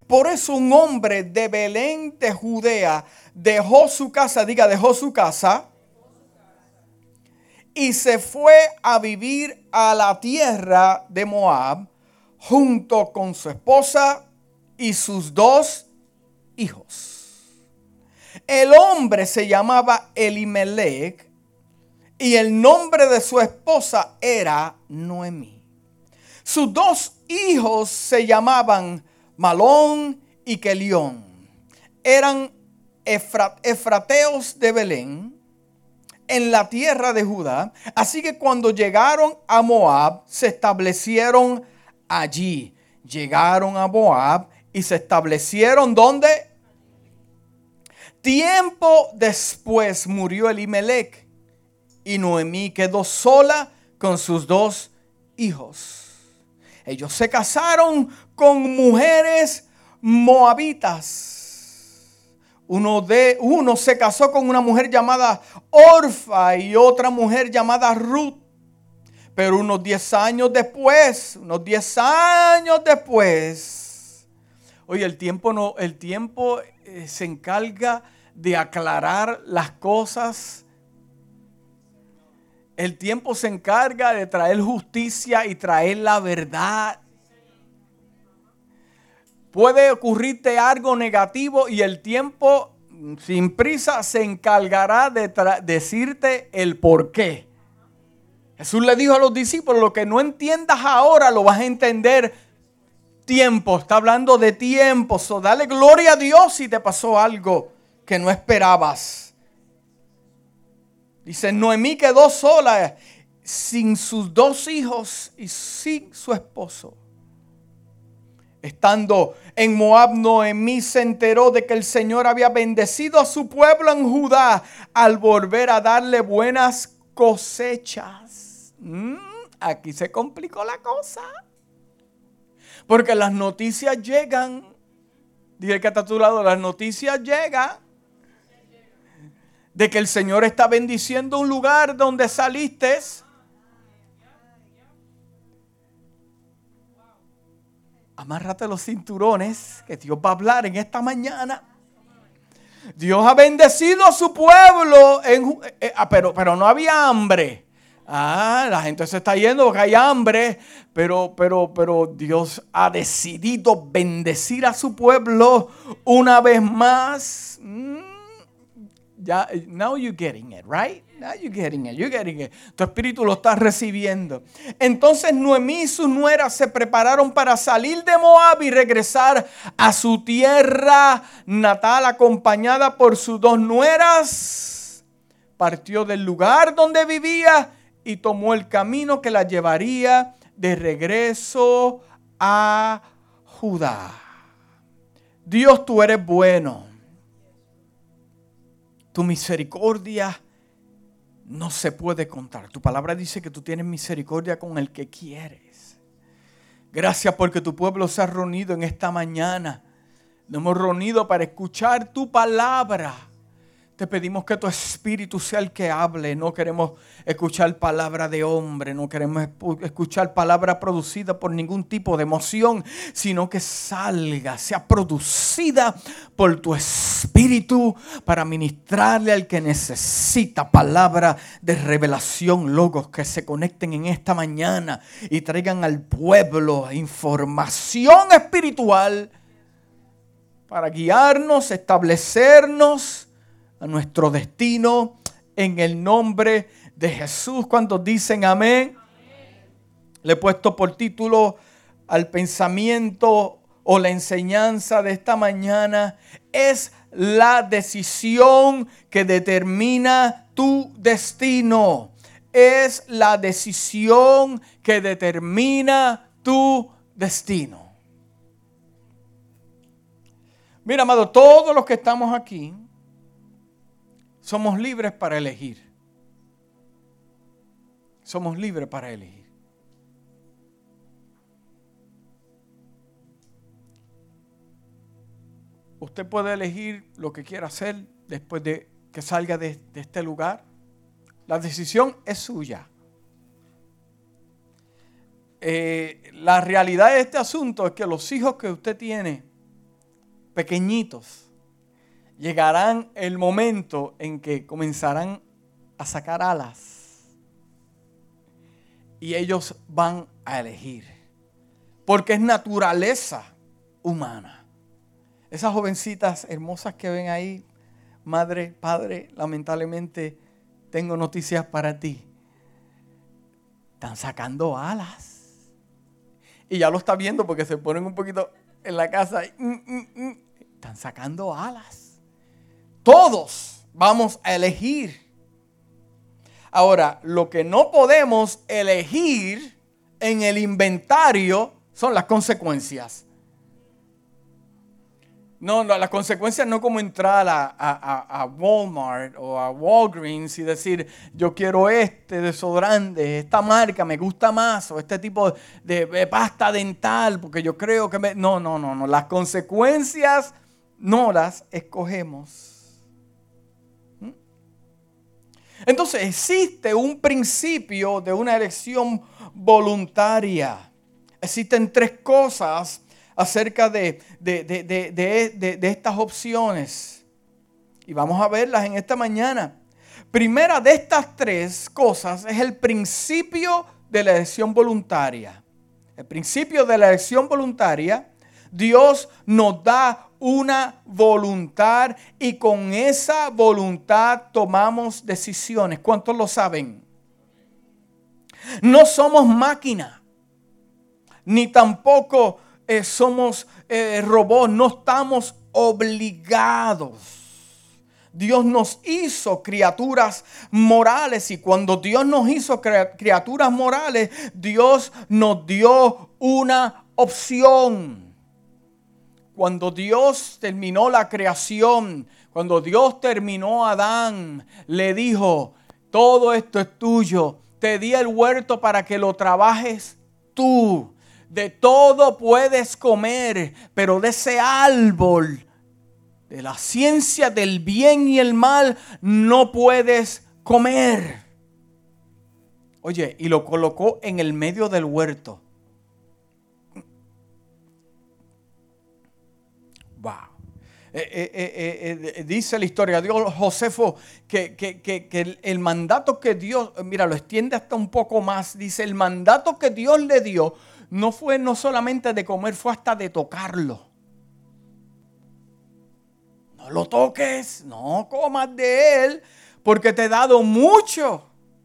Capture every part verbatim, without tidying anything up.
Por eso un hombre de Belén de Judea dejó su casa, diga, dejó su casa, y se fue a vivir a la tierra de Moab junto con su esposa y sus dos hijos. El hombre se llamaba Elimelech y el nombre de su esposa era Noemí. Sus dos hijos se llamaban Malón y Kelión. Eran efrateos de Belén en la tierra de Judá. Así que cuando llegaron a Moab, se establecieron allí. Llegaron a Moab y se establecieron ¿dónde? Tiempo después murió Elimelech y Noemí quedó sola con sus dos hijos. Ellos se casaron con mujeres moabitas. Uno, de, uno se casó con una mujer llamada Orfa y otra mujer llamada Ruth. Pero unos diez años después, unos diez años después, oye, el tiempo, no, el tiempo eh, se encarga de aclarar las cosas. El tiempo se encarga de traer justicia y traer la verdad. Puede ocurrirte algo negativo y el tiempo, sin prisa, se encargará de tra- decirte el por qué. Jesús le dijo a los discípulos, lo que no entiendas ahora lo vas a entender tiempo. Está hablando de tiempo. So, dale gloria a Dios si te pasó algo que no esperabas. Dice, Noemí quedó sola, sin sus dos hijos y sin su esposo. Estando en Moab, Noemí se enteró de que el Señor había bendecido a su pueblo en Judá al volver a darle buenas cosechas. Mm, aquí se complicó la cosa. Porque las noticias llegan. Dile que está a tu lado, las noticias llegan. De que el Señor está bendiciendo un lugar donde saliste. Amárrate los cinturones, que Dios va a hablar en esta mañana. Dios ha bendecido a su pueblo, en, eh, pero, pero no había hambre. Ah, la gente se está yendo porque hay hambre, pero, pero, pero Dios ha decidido bendecir a su pueblo una vez más. Mm. Ya, now you're getting it, right? Now you're getting it, you're getting it. Tu espíritu lo está recibiendo. Entonces Noemí y sus nueras se prepararon para salir de Moab y regresar a su tierra natal acompañada por sus dos nueras. Partió del lugar donde vivía y tomó el camino que la llevaría de regreso a Judá. Dios, tú eres bueno. Tu misericordia no se puede contar. Tu palabra dice que tú tienes misericordia con el que quieres. Gracias porque tu pueblo se ha reunido en esta mañana. Nos hemos reunido para escuchar tu palabra. Te pedimos que tu espíritu sea el que hable. No queremos escuchar palabra de hombre. No queremos escuchar palabra producida por ningún tipo de emoción, sino que salga, sea producida por tu espíritu para ministrarle al que necesita palabra de revelación, logos que se conecten en esta mañana y traigan al pueblo información espiritual para guiarnos, establecernos a nuestro destino en el nombre de Jesús. ¿Cuántos dicen amén? Amén. Le he puesto por título al pensamiento o la enseñanza de esta mañana: es la decisión que determina tu destino. Es la decisión que determina tu destino. Mira, amado, todos los que estamos aquí somos libres para elegir. Somos libres para elegir. Usted puede elegir lo que quiera hacer después de que salga de, de este lugar. La decisión es suya. Eh, la realidad de este asunto es que los hijos que usted tiene pequeñitos, llegarán el momento en que comenzarán a sacar alas y ellos van a elegir, porque es naturaleza humana. Esas jovencitas hermosas que ven ahí, madre, padre, lamentablemente tengo noticias para ti. Están sacando alas. Y ya lo está viendo porque se ponen un poquito en la casa. Y, mm, mm, mm. Están sacando alas. Todos vamos a elegir. Ahora, lo que no podemos elegir en el inventario son las consecuencias. No, no, las consecuencias no como entrar a, a, a Walmart o a Walgreens y decir, yo quiero este desodorante, esta marca me gusta más, o este tipo de, de pasta dental, porque yo creo que me... No, no, no, no. Las consecuencias no las escogemos. ¿Mm? Entonces existe un principio de una elección voluntaria. Existen tres cosas acerca de, de, de, de, de, de, de estas opciones. Y vamos a verlas en esta mañana. Primera de estas tres cosas es el principio de la elección voluntaria. El principio de la elección voluntaria, Dios nos da una voluntad y con esa voluntad tomamos decisiones. ¿Cuántos lo saben? No somos máquinas, ni tampoco Eh, somos eh, robots, no estamos obligados. Dios nos hizo criaturas morales y cuando Dios nos hizo criaturas morales, Dios nos dio una opción. Cuando Dios terminó la creación, cuando Dios terminó a Adán, le dijo, todo esto es tuyo, te di el huerto para que lo trabajes tú. De todo puedes comer, pero de ese árbol, de la ciencia del bien y el mal, no puedes comer. Oye, y lo colocó en el medio del huerto. Wow. Eh, eh, eh, eh, dice la historia, Dios Josefo, que, que, que, que el, el mandato que Dios, mira, lo extiende hasta un poco más. Dice, el mandato que Dios le dio no fue no solamente de comer, fue hasta de tocarlo. No lo toques, no comas de él, porque te he dado mucho.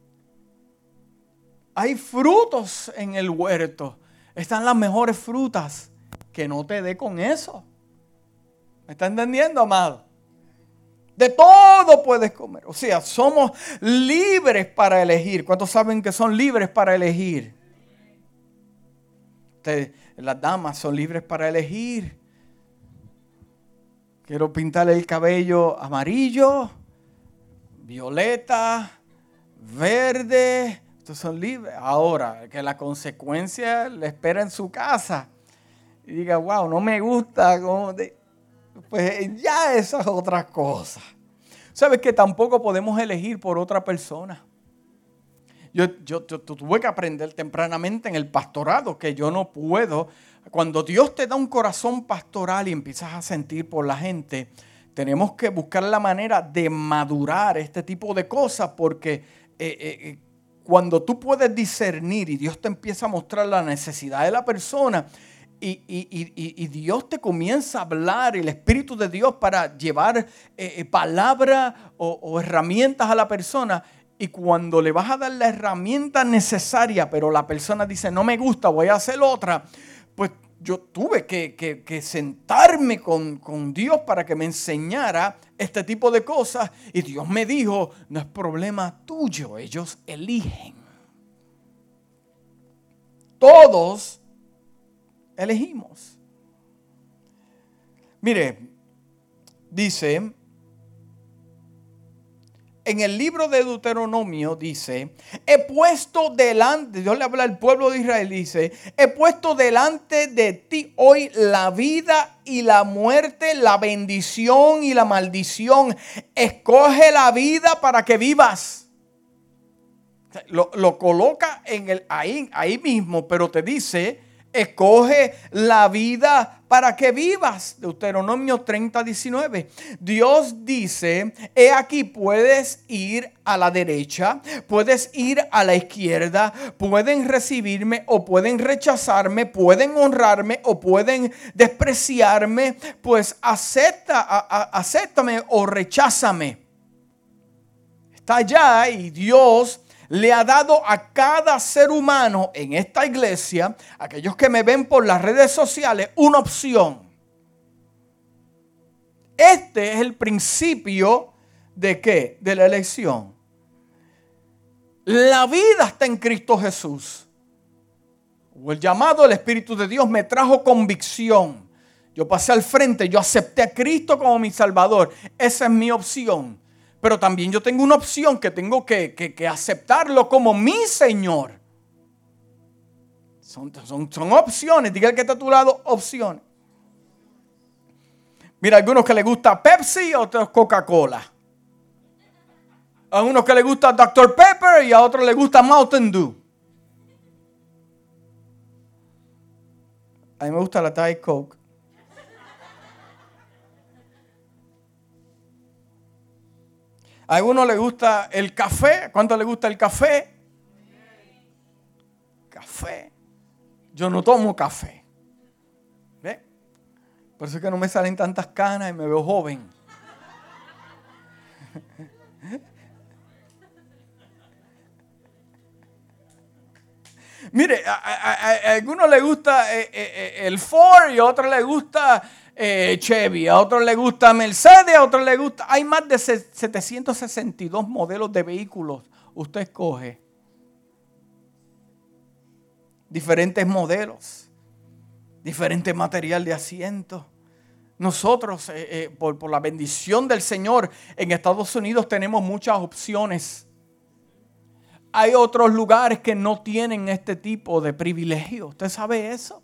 Hay frutos en el huerto. Están las mejores frutas. Que no te dé con eso. ¿Me está entendiendo, amado? De todo puedes comer. O sea, somos libres para elegir. ¿Cuántos saben que son libres para elegir? Ustedes, las damas son libres para elegir. Quiero pintarle el cabello amarillo, violeta, verde. Estos son libres. Ahora, que la consecuencia le espera en su casa. Y diga, wow, no me gusta. Pues ya esa es otra cosa. ¿Sabes que tampoco podemos elegir por otra persona? Yo, yo, yo tuve que aprender tempranamente en el pastorado que yo no puedo. Cuando Dios te da un corazón pastoral y empiezas a sentir por la gente, tenemos que buscar la manera de madurar este tipo de cosas porque eh, eh, cuando tú puedes discernir y Dios te empieza a mostrar la necesidad de la persona y, y, y, y Dios te comienza a hablar, el Espíritu de Dios para llevar eh, eh, palabras o, o herramientas a la persona. Y cuando le vas a dar la herramienta necesaria, pero la persona dice, no me gusta, voy a hacer otra, pues yo tuve que, que, que sentarme con, con Dios para que me enseñara este tipo de cosas. Y Dios me dijo, no es problema tuyo, ellos eligen. Todos elegimos. Mire, dice... En el libro de Deuteronomio dice, he puesto delante, Dios le habla al pueblo de Israel, dice, he puesto delante de ti hoy la vida y la muerte, la bendición y la maldición. Escoge la vida para que vivas. Lo, lo coloca en el, ahí, ahí mismo, pero te dice, Escoge la vida para que vivas. Deuteronomio treinta, diecinueve. Dios dice, he aquí, puedes ir a la derecha, puedes ir a la izquierda, pueden recibirme o pueden rechazarme, pueden honrarme o pueden despreciarme, pues acepta, a, a, acéptame o recházame. Está allá y Dios le ha dado a cada ser humano en esta iglesia, aquellos que me ven por las redes sociales, una opción. Este es el principio de ¿qué? De la elección. La vida está en Cristo Jesús. O el llamado del Espíritu de Dios me trajo convicción. Yo pasé al frente, yo acepté a Cristo como mi Salvador. Esa es mi opción. Pero también yo tengo una opción que tengo que, que, que aceptarlo como mi Señor. Son, son, son opciones. Diga el que está a tu lado, opciones. Mira, a algunos que les gusta Pepsi, a otros Coca-Cola. A unos que les gusta doctor Pepper y a otros les gusta Mountain Dew. A mí me gusta la Diet Coke. A algunos les gusta el café. ¿Cuánto les gusta el café? Café. Yo no tomo café. ¿Ve? Por eso es que no me salen tantas canas y me veo joven. Mire, a, a, a, a algunos les gusta eh, eh, el Ford y a otros les gusta eh, Chevy, a otros les gusta Mercedes, a otros les gusta... Hay más de setecientos sesenta y dos modelos de vehículos. Usted escoge diferentes modelos, diferente material de asiento. Nosotros, eh, eh, por, por la bendición del Señor, en Estados Unidos tenemos muchas opciones. Hay otros lugares que no tienen este tipo de privilegio. ¿Usted sabe eso?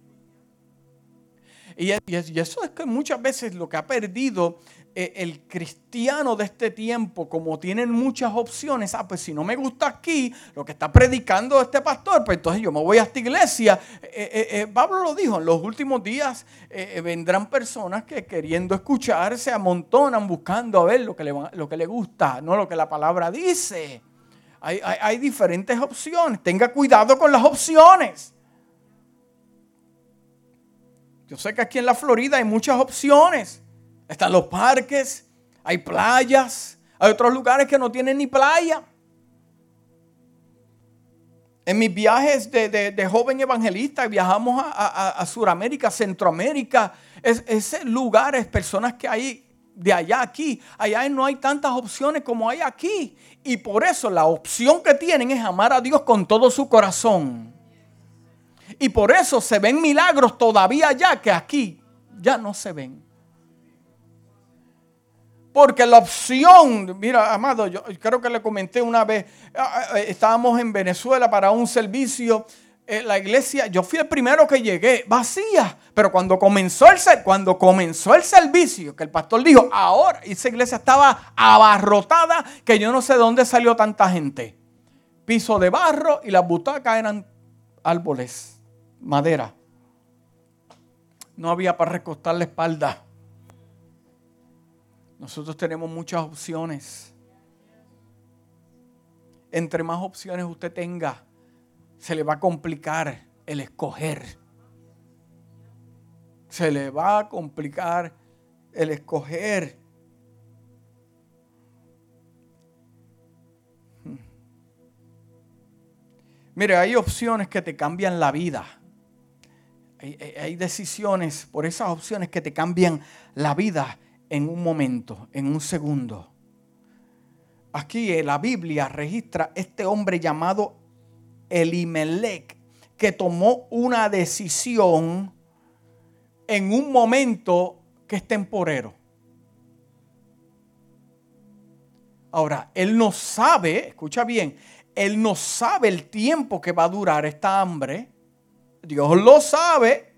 Y eso es que muchas veces lo que ha perdido el cristiano de este tiempo, como tienen muchas opciones. Ah, pues si no me gusta aquí lo que está predicando este pastor, pues entonces yo me voy a esta iglesia. Eh, eh, eh, Pablo lo dijo, en los últimos días eh, vendrán personas que queriendo escuchar se amontonan buscando a ver lo que le, lo que le gusta, no lo que la palabra dice. Hay, hay, hay diferentes opciones. Tenga cuidado con las opciones. Yo sé que aquí en la Florida hay muchas opciones. Están los parques, hay playas, hay otros lugares que no tienen ni playa. En mis viajes de, de, de joven evangelista viajamos a, a, a Sudamérica, Centroamérica, es, es lugares, personas que hay de allá a aquí. Allá no hay tantas opciones como hay aquí. Y por eso la opción que tienen es amar a Dios con todo su corazón. Y por eso se ven milagros todavía allá que aquí ya no se ven. Porque la opción, mira, amado, yo creo que le comenté una vez, estábamos en Venezuela para un servicio, eh, la iglesia, yo fui el primero que llegué, vacía, pero cuando comenzó el cuando comenzó el servicio, que el pastor dijo, ahora, esa iglesia estaba abarrotada, que yo no sé de dónde salió tanta gente. Piso de barro y las butacas eran árboles. Madera. No había para recostar la espalda. Nosotros tenemos muchas opciones. Entre más opciones usted tenga, se le va a complicar el escoger. Se le va a complicar el escoger. Mire, hay opciones que te cambian la vida. Hay, hay, hay decisiones por esas opciones que te cambian la vida en un momento, en un segundo. Aquí en la Biblia registra este hombre llamado Elimelech que tomó una decisión en un momento que es temporero. Ahora, él no sabe, escucha bien, él no sabe el tiempo que va a durar esta hambre. Dios lo sabe.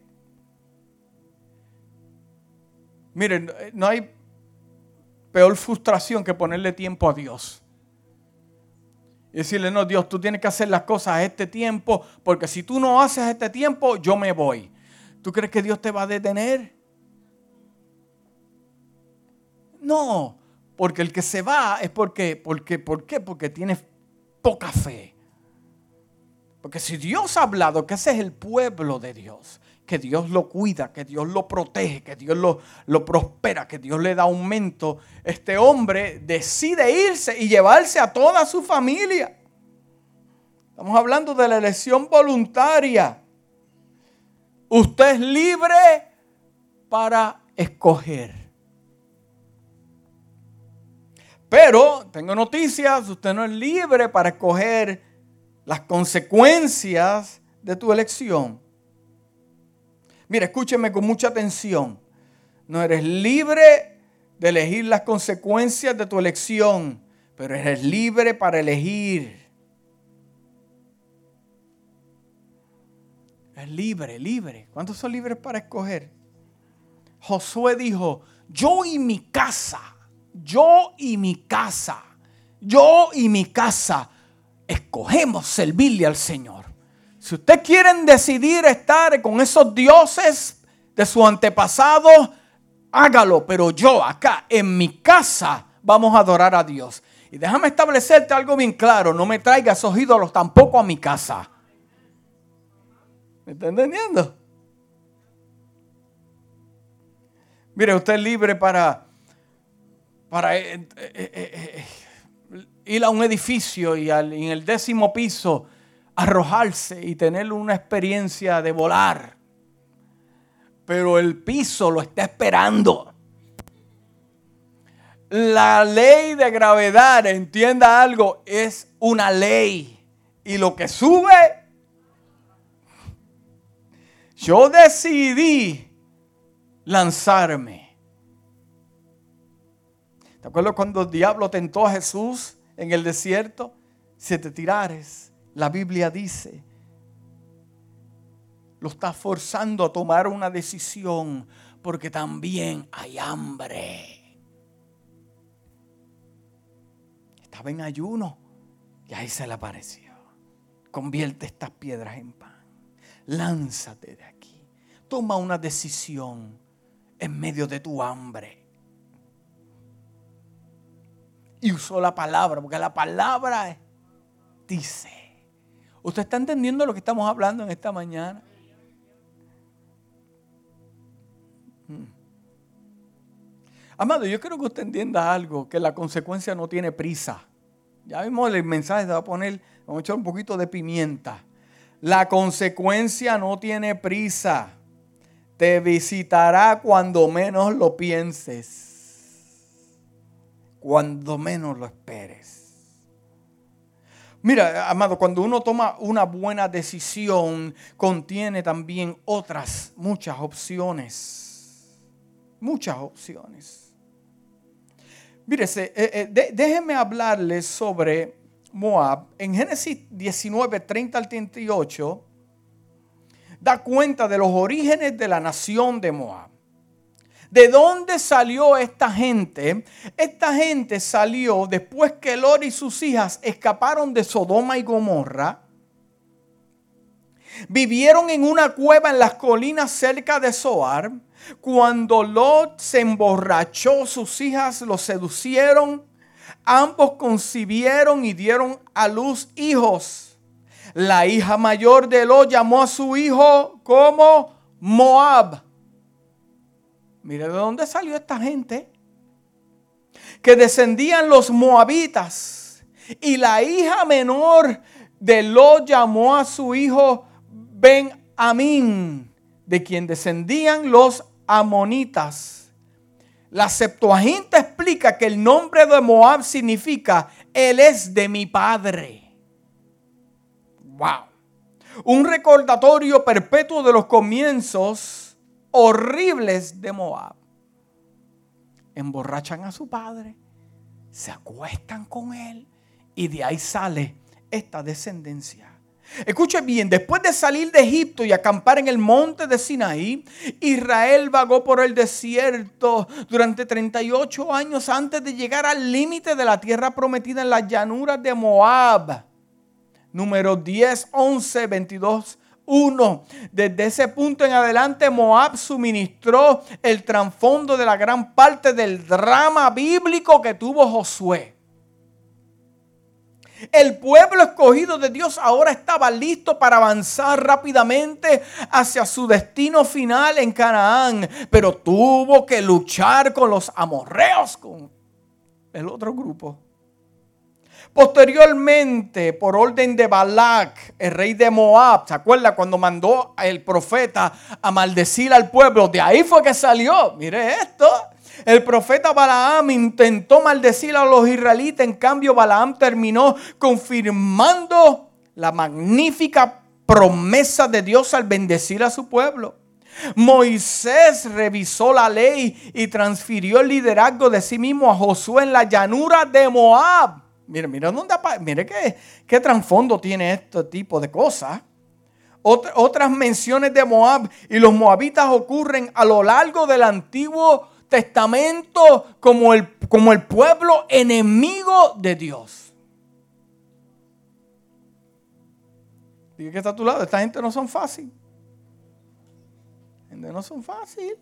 Miren, no hay peor frustración que ponerle tiempo a Dios. Y decirle, no, Dios, tú tienes que hacer las cosas a este tiempo, porque si tú no haces a este tiempo, yo me voy. ¿Tú crees que Dios te va a detener? No, porque el que se va es porque, porque, ¿por qué? Porque tiene poca fe. Porque si Dios ha hablado que ese es el pueblo de Dios, que Dios lo cuida, que Dios lo protege, que Dios lo, lo prospera, que Dios le da aumento, este hombre decide irse y llevarse a toda su familia. Estamos hablando de la elección voluntaria. Usted es libre para escoger. Pero, tengo noticias, usted no es libre para escoger las consecuencias de tu elección. Mira, escúcheme con mucha atención. No eres libre de elegir las consecuencias de tu elección, pero eres libre para elegir. Es libre, libre. ¿Cuántos son libres para escoger? Josué dijo, yo y mi casa, yo y mi casa, yo y mi casa escogemos servirle al Señor. Si ustedes quieren decidir estar con esos dioses de su antepasado, hágalo. Pero yo acá en mi casa vamos a adorar a Dios. Y déjame establecerte algo bien claro. No me traigas esos ídolos tampoco a mi casa. ¿Me está entendiendo? Mire, usted es libre para, para eh, eh, eh, eh, ir a un edificio y al, en el décimo piso arrojarse y tener una experiencia de volar. Pero el piso lo está esperando. La ley de gravedad, entienda algo, es una ley. Y lo que sube, yo decidí lanzarme. ¿Te acuerdas cuando el diablo tentó a Jesús en el desierto? Si te tirares, la Biblia dice, lo está forzando a tomar una decisión porque también hay hambre. Estaba en ayuno y ahí se le apareció. Convierte estas piedras en pan. Lánzate de aquí. Toma una decisión en medio de tu hambre. Y usó la palabra, porque la palabra dice. ¿Usted está entendiendo lo que estamos hablando en esta mañana? Hmm. Amado, yo quiero que usted entienda algo, que la consecuencia no tiene prisa. Ya vimos el mensaje, se va a poner, vamos a echar un poquito de pimienta. La consecuencia no tiene prisa. Te visitará cuando menos lo pienses. Cuando menos lo esperes. Mira, amado, cuando uno toma una buena decisión, contiene también otras muchas opciones. Muchas opciones. Mírese, eh, eh, de, déjenme hablarles sobre Moab. En Génesis diecinueve, treinta al treinta y ocho, da cuenta de los orígenes de la nación de Moab. ¿De dónde salió esta gente? Esta gente salió después que Lot y sus hijas escaparon de Sodoma y Gomorra. Vivieron en una cueva en las colinas cerca de Zoar. Cuando Lot se emborrachó, sus hijas lo seducieron. Ambos concibieron y dieron a luz hijos. La hija mayor de Lot llamó a su hijo como Moab. Mire de dónde salió esta gente. Que descendían los moabitas. Y la hija menor de Lot llamó a su hijo Ben-Amín, de quien descendían los amonitas. La Septuaginta explica que el nombre de Moab significa él es de mi padre. Wow. Un recordatorio perpetuo de los comienzos horribles de Moab. Emborrachan a su padre, se acuestan con él y de ahí sale esta descendencia. Escuche bien, después de salir de Egipto y acampar en el monte de Sinaí, Israel vagó por el desierto durante treinta y ocho años antes de llegar al límite de la tierra prometida en las llanuras de Moab. Números diez, once, veintidós, uno. Desde ese punto en adelante, Moab suministró el trasfondo de la gran parte del drama bíblico que tuvo Josué. El pueblo escogido de Dios ahora estaba listo para avanzar rápidamente hacia su destino final en Canaán, pero tuvo que luchar con los amorreos, con el otro grupo. Posteriormente, por orden de Balac, el rey de Moab, ¿se acuerda cuando mandó el profeta a maldecir al pueblo? De ahí fue que salió. Mire esto. El profeta Balaam intentó maldecir a los israelitas. En cambio, Balaam terminó confirmando la magnífica promesa de Dios al bendecir a su pueblo. Moisés revisó la ley y transfirió el liderazgo de sí mismo a Josué en la llanura de Moab. Mire, mire, dónde, mire qué, qué trasfondo tiene este tipo de cosas. Otra, otras menciones de Moab y los moabitas ocurren a lo largo del Antiguo Testamento como el, como el pueblo enemigo de Dios. Dice que está a tu lado, esta gente no son fácil. Esta gente no son fácil.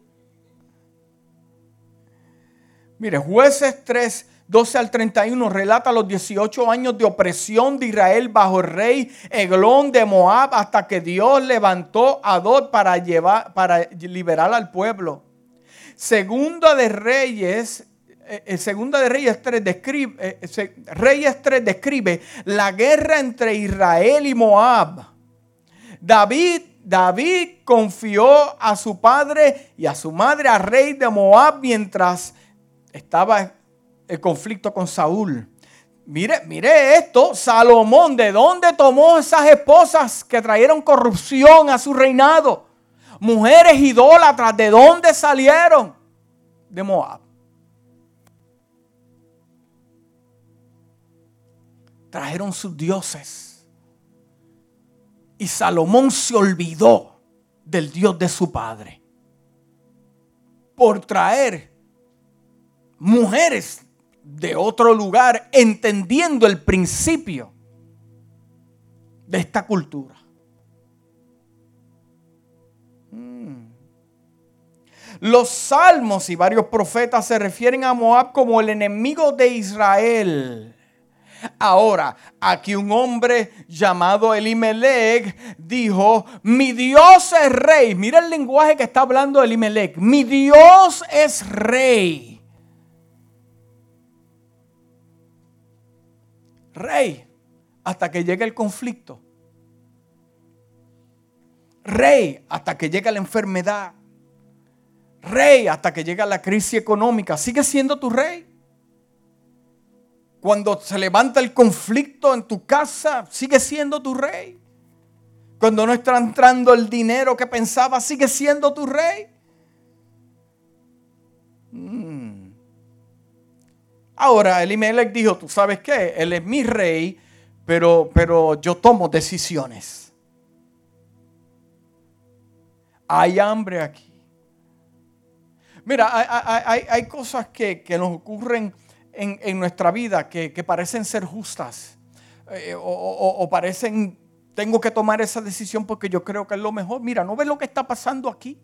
Mire, Jueces tres, doce al treinta y uno relata los dieciocho años de opresión de Israel bajo el rey Eglón de Moab hasta que Dios levantó a Hadad para, llevar, para liberar al pueblo. Segunda de Reyes, eh, Segunda de Reyes tres describe, eh, Reyes tres describe la guerra entre Israel y Moab. David, David confió a su padre y a su madre al rey de Moab mientras estaba el conflicto con Saúl. Mire, mire esto, Salomón, ¿de dónde tomó esas esposas que trajeron corrupción a su reinado? Mujeres idólatras, ¿de dónde salieron? De Moab. Trajeron sus dioses. Y Salomón se olvidó del Dios de su padre por traer mujeres de otro lugar, entendiendo el principio de esta cultura. Los salmos y varios profetas se refieren a Moab como el enemigo de Israel. Ahora, aquí un hombre llamado Elimelech dijo, mi Dios es rey. Mira el lenguaje que está hablando Elimelech. Mi Dios es rey. Rey hasta que llegue el conflicto. Rey hasta que llegue la enfermedad. Rey hasta que llega la crisis económica. Sigue siendo tu rey. Cuando se levanta el conflicto en tu casa, sigue siendo tu rey. Cuando no está entrando el dinero que pensaba, sigue siendo tu rey. Mm. Ahora Elimelech dijo, ¿tú sabes qué? Él es mi rey, pero, pero yo tomo decisiones. Hay hambre aquí. Mira, hay, hay, hay cosas que, que nos ocurren en, en nuestra vida que, que parecen ser justas eh, o, o, o parecen, tengo que tomar esa decisión porque yo creo que es lo mejor. Mira, ¿no ves lo que está pasando aquí?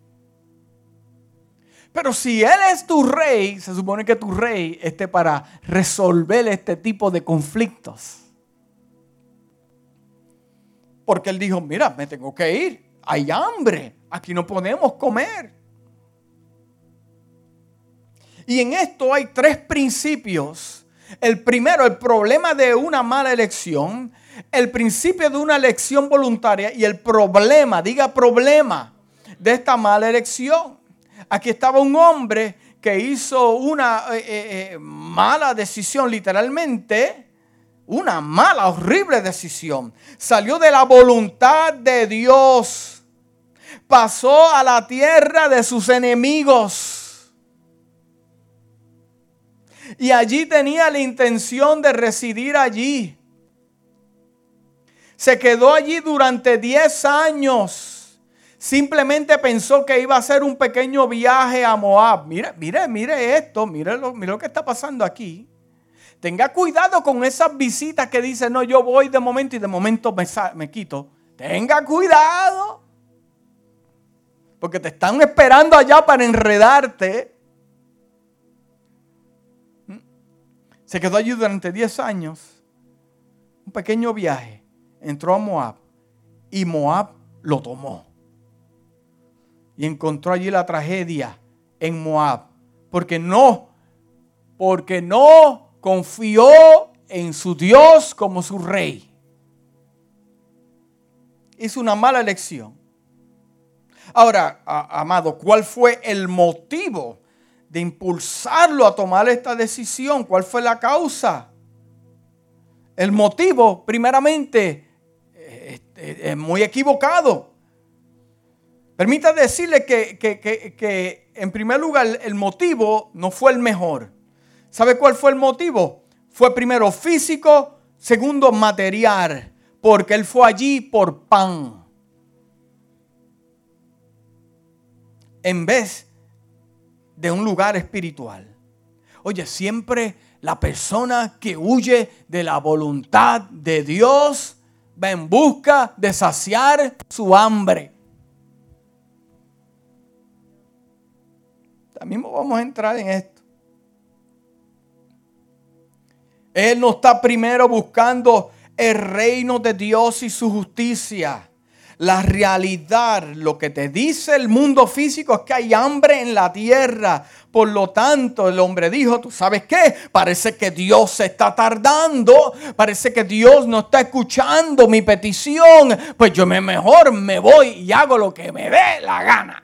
Pero si Él es tu rey, se supone que tu rey esté para resolver este tipo de conflictos. Porque Él dijo, mira, me tengo que ir, hay hambre, aquí no podemos comer. Y en esto hay tres principios. El primero, el problema de una mala elección. El principio de una elección voluntaria. Y el problema, diga problema, de esta mala elección. Aquí estaba un hombre que hizo una eh, eh, mala decisión, literalmente. Una mala, horrible decisión. Salió de la voluntad de Dios. Pasó a la tierra de sus enemigos. Y allí tenía la intención de residir allí. Se quedó allí durante diez años. Simplemente pensó que iba a hacer un pequeño viaje a Moab. Mire, mire, mire esto. Mire lo, mire lo que está pasando aquí. Tenga cuidado con esas visitas que dicen, no, yo voy de momento y de momento me, me quito. Tenga cuidado. Porque te están esperando allá para enredarte. Se quedó allí durante diez años. Un pequeño viaje. Entró a Moab. Y Moab lo tomó. Y encontró allí la tragedia en Moab. Porque no, porque no confió en su Dios como su rey. Hizo una mala elección. Ahora, a, amado, ¿cuál fue el motivo de impulsarlo a tomar esta decisión? ¿Cuál fue la causa? El motivo, primeramente, es, es, es muy equivocado. Permítame decirle que, que, que, que, en primer lugar, el motivo no fue el mejor. ¿Sabe cuál fue el motivo? Fue primero físico, segundo material, porque él fue allí por pan. En vez de un lugar espiritual. Oye, siempre la persona que huye de la voluntad de Dios va en busca de saciar su hambre. También vamos a entrar en esto. Él no está primero buscando el reino de Dios y su justicia. La realidad, lo que te dice el mundo físico es que hay hambre en la tierra. Por lo tanto, el hombre dijo, ¿tú sabes qué? Parece que Dios se está tardando. Parece que Dios no está escuchando mi petición. Pues yo me mejor me voy y hago lo que me dé la gana.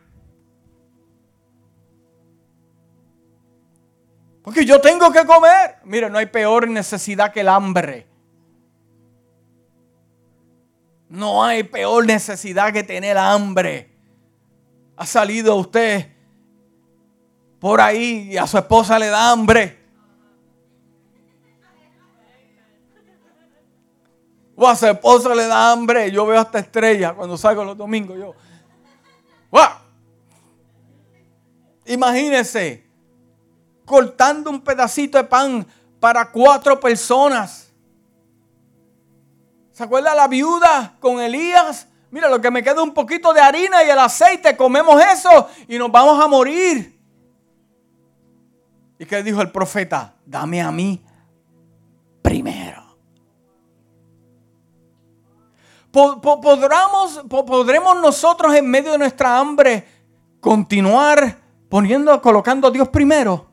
Porque yo tengo que comer. Mire, no hay peor necesidad que el hambre. No hay peor necesidad que tener hambre. Ha salido usted por ahí y a su esposa le da hambre. O a su esposa le da hambre. Yo veo hasta estrellas cuando salgo los domingos. Yo, ¡wow! Imagínese cortando un pedacito de pan para cuatro personas. ¿Se acuerda la viuda con Elías? Mira, lo que me queda un poquito de harina y el aceite, comemos eso y nos vamos a morir. ¿Y qué dijo el profeta? Dame a mí primero. ¿Podremos, ¿Podremos nosotros en medio de nuestra hambre continuar poniendo, colocando a Dios primero?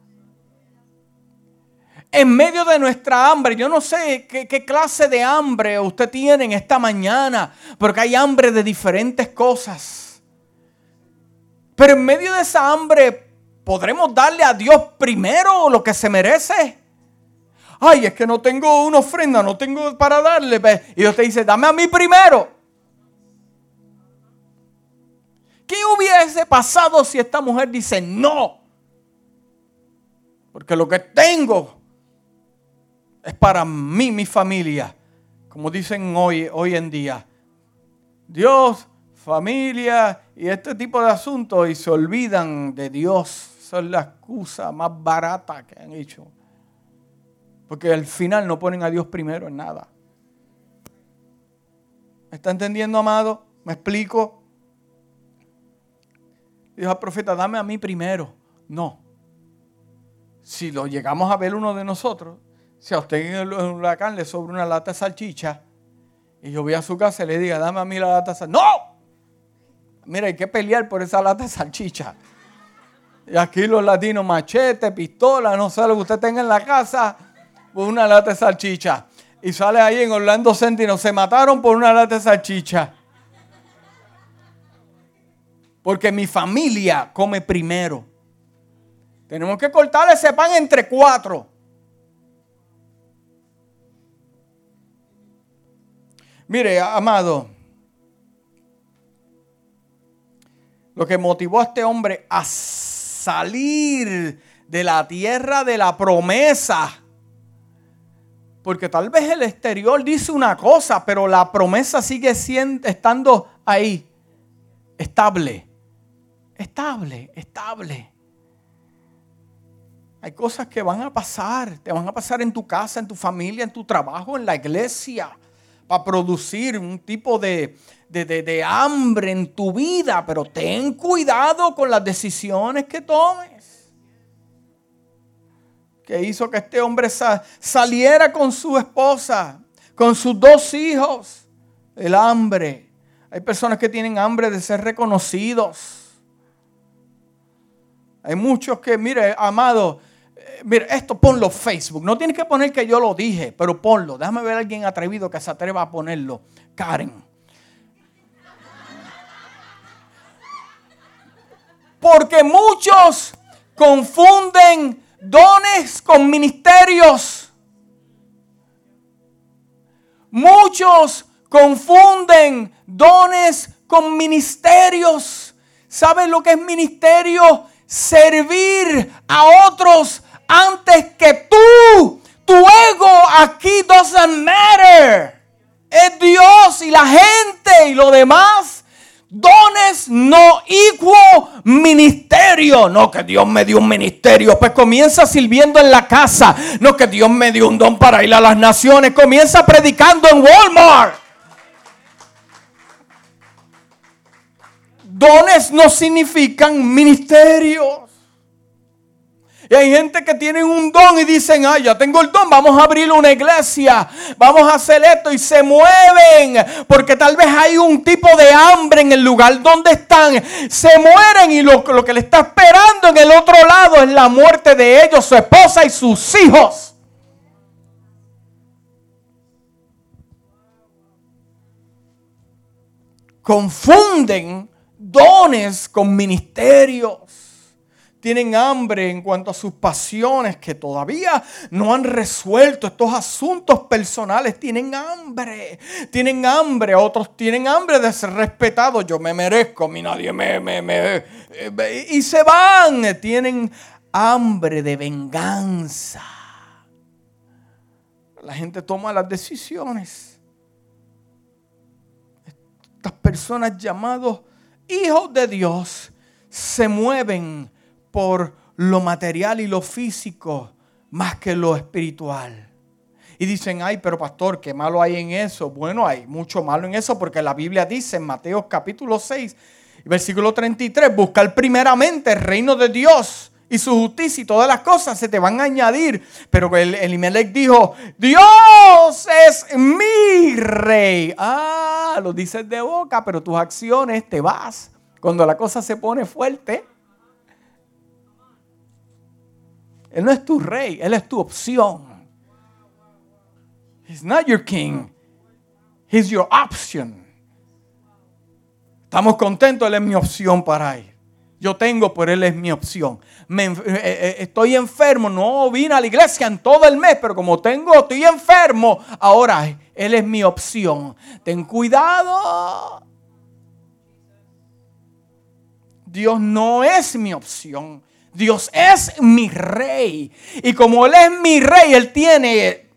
En medio de nuestra hambre, yo no sé qué, qué clase de hambre usted tiene en esta mañana, porque hay hambre de diferentes cosas. Pero en medio de esa hambre, ¿podremos darle a Dios primero lo que se merece? Ay, es que no tengo una ofrenda, no tengo para darle. Y Dios te dice, dame a mí primero. ¿Qué hubiese pasado si esta mujer dice no? Porque lo que tengo es para mí, mi familia. Como dicen hoy, hoy en día. Dios, familia y este tipo de asuntos. Y se olvidan de Dios. Esa es la excusa más barata que han hecho. Porque al final no ponen a Dios primero en nada. ¿Me está entendiendo, amado? ¿Me explico? Dijo al profeta, dame a mí primero. No. Si lo llegamos a ver uno de nosotros, si a usted en el huracán le sobra una lata de salchicha y yo voy a su casa y le diga, dame a mí la lata de salchicha. ¡No! Mira, hay que pelear por esa lata de salchicha. Y aquí los latinos, machete, pistola, no sé lo que usted tenga en la casa, por una lata de salchicha. Y sale ahí en Orlando Sentinel, se mataron por una lata de salchicha. Porque mi familia come primero. Tenemos que cortar ese pan entre cuatro. Mire, amado, lo que motivó a este hombre a salir de la tierra de la promesa, porque tal vez el exterior dice una cosa, pero la promesa sigue siendo, estando ahí, estable, estable, estable. Hay cosas que van a pasar, te van a pasar en tu casa, en tu familia, en tu trabajo, en la iglesia, para producir un tipo de, de, de, de hambre en tu vida. Pero ten cuidado con las decisiones que tomes. Que hizo que este hombre sa- saliera con su esposa, con sus dos hijos. El hambre. Hay personas que tienen hambre de ser reconocidos. Hay muchos que, mire, amado, eh, mire, esto ponlo en Facebook. No tienes que poner que yo lo dije, pero ponlo. Déjame ver a alguien atrevido que se atreva a ponerlo. Karen. Porque muchos confunden dones con ministerios. Muchos confunden dones con ministerios. ¿Sabes lo que es ministerio? Servir a otros antes que tú. Tu ego aquí doesn't matter. Es Dios y la gente y lo demás. Dones no equal ministerio. No, que Dios me dio un ministerio. Pues comienza sirviendo en la casa. No, que Dios me dio un don para ir a las naciones. Comienza predicando en Walmart. Dones no significan ministerios. Y hay gente que tiene un don y dicen, ah, ya tengo el don, vamos a abrir una iglesia, vamos a hacer esto, y se mueven porque tal vez hay un tipo de hambre en el lugar donde están. Se mueren y lo, lo que le está esperando en el otro lado es la muerte de ellos, su esposa y sus hijos. Confunden dones con ministerios. Tienen hambre en cuanto a sus pasiones que todavía no han resuelto. Estos asuntos personales tienen hambre. Tienen hambre. Otros tienen hambre de ser respetados. Yo me merezco. A mí nadie me, me, me, me. Y se van. Tienen hambre de venganza. La gente toma las decisiones. Estas personas llamados hijos de Dios se mueven por lo material y lo físico más que lo espiritual. Y dicen, ay, pero pastor, ¿qué malo hay en eso? Bueno, hay mucho malo en eso porque la Biblia dice en Mateo capítulo seis, versículo treinta y tres, buscar primeramente el reino de Dios y su justicia y todas las cosas se te van a añadir. Pero el, Elimelech dijo, Dios es mi rey. Ah, lo dices de boca, pero tus acciones te vas. Cuando la cosa se pone fuerte, Él no es tu rey, Él es tu opción. He's not your king. He's your option. Estamos contentos, Él es mi opción para ir. Yo tengo, pero Él es mi opción. Me, eh, eh, estoy enfermo, no vine a la iglesia en todo el mes, pero como tengo, estoy enfermo, ahora Él es mi opción. Ten cuidado. Dios no es mi opción. Dios es mi rey. Y como Él es mi rey, Él tiene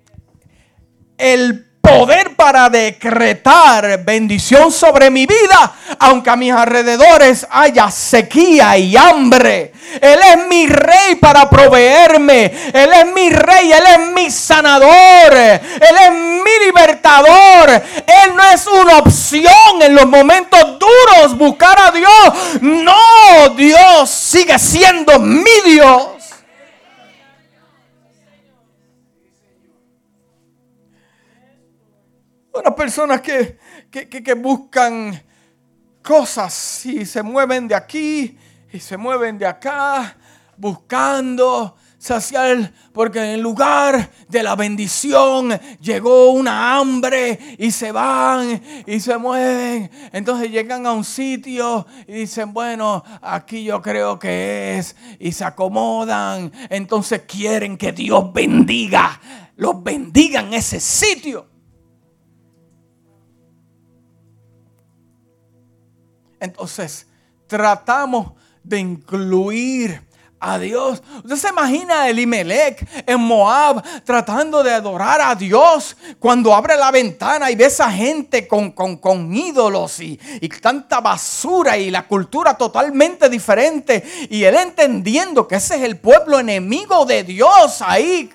el poder para decretar bendición sobre mi vida, aunque a mis alrededores haya sequía y hambre. Él es mi rey para proveerme. Él es mi rey, Él es mi sanador, Él es mi libertador. Él no es una opción en los momentos duros buscar a Dios. No, Dios sigue siendo mi Dios. Unas personas que, que, que, que buscan cosas y se mueven de aquí y se mueven de acá buscando saciar, porque en el lugar de la bendición llegó una hambre y se van y se mueven. Entonces llegan a un sitio y dicen, bueno, aquí yo creo que es, y se acomodan. Entonces quieren que Dios bendiga, los bendiga en ese sitio. Entonces, tratamos de incluir a Dios. ¿Usted se imagina a Elimelech en Moab tratando de adorar a Dios cuando abre la ventana y ve a esa gente con, con, con ídolos y, y tanta basura y la cultura totalmente diferente? Y él entendiendo que ese es el pueblo enemigo de Dios ahí.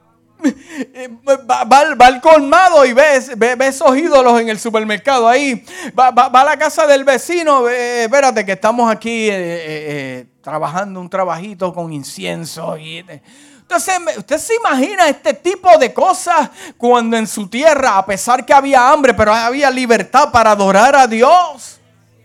Va, va, va al colmado y ve, ve, ve esos ídolos en el supermercado ahí. Va, va, va a la casa del vecino. Eh, espérate que estamos aquí eh, eh, trabajando un trabajito con incienso. Y, eh. Entonces, ¿usted se imagina este tipo de cosas cuando en su tierra, a pesar que había hambre, pero había libertad para adorar a Dios?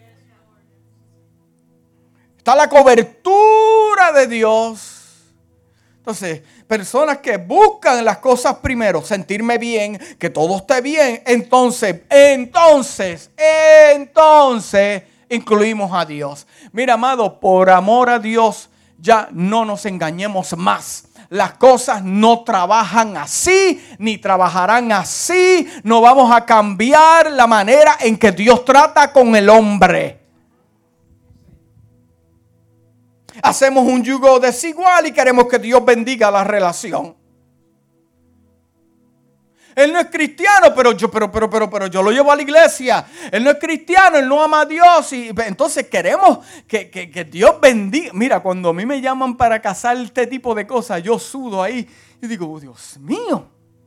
Está la cobertura de Dios. Entonces, personas que buscan las cosas primero, sentirme bien, que todo esté bien, entonces, entonces, entonces, incluimos a Dios. Mira, amado, por amor a Dios, ya no nos engañemos más. Las cosas no trabajan así, ni trabajarán así. No vamos a cambiar la manera en que Dios trata con el hombre. Hacemos un yugo desigual y queremos que Dios bendiga la relación. Él no es cristiano, pero yo, pero, pero, pero, pero yo lo llevo a la iglesia. Él no es cristiano, él no ama a Dios. Y entonces queremos que, que, que Dios bendiga. Mira, cuando a mí me llaman para casar este tipo de cosas, yo sudo ahí y digo, oh, Dios mío.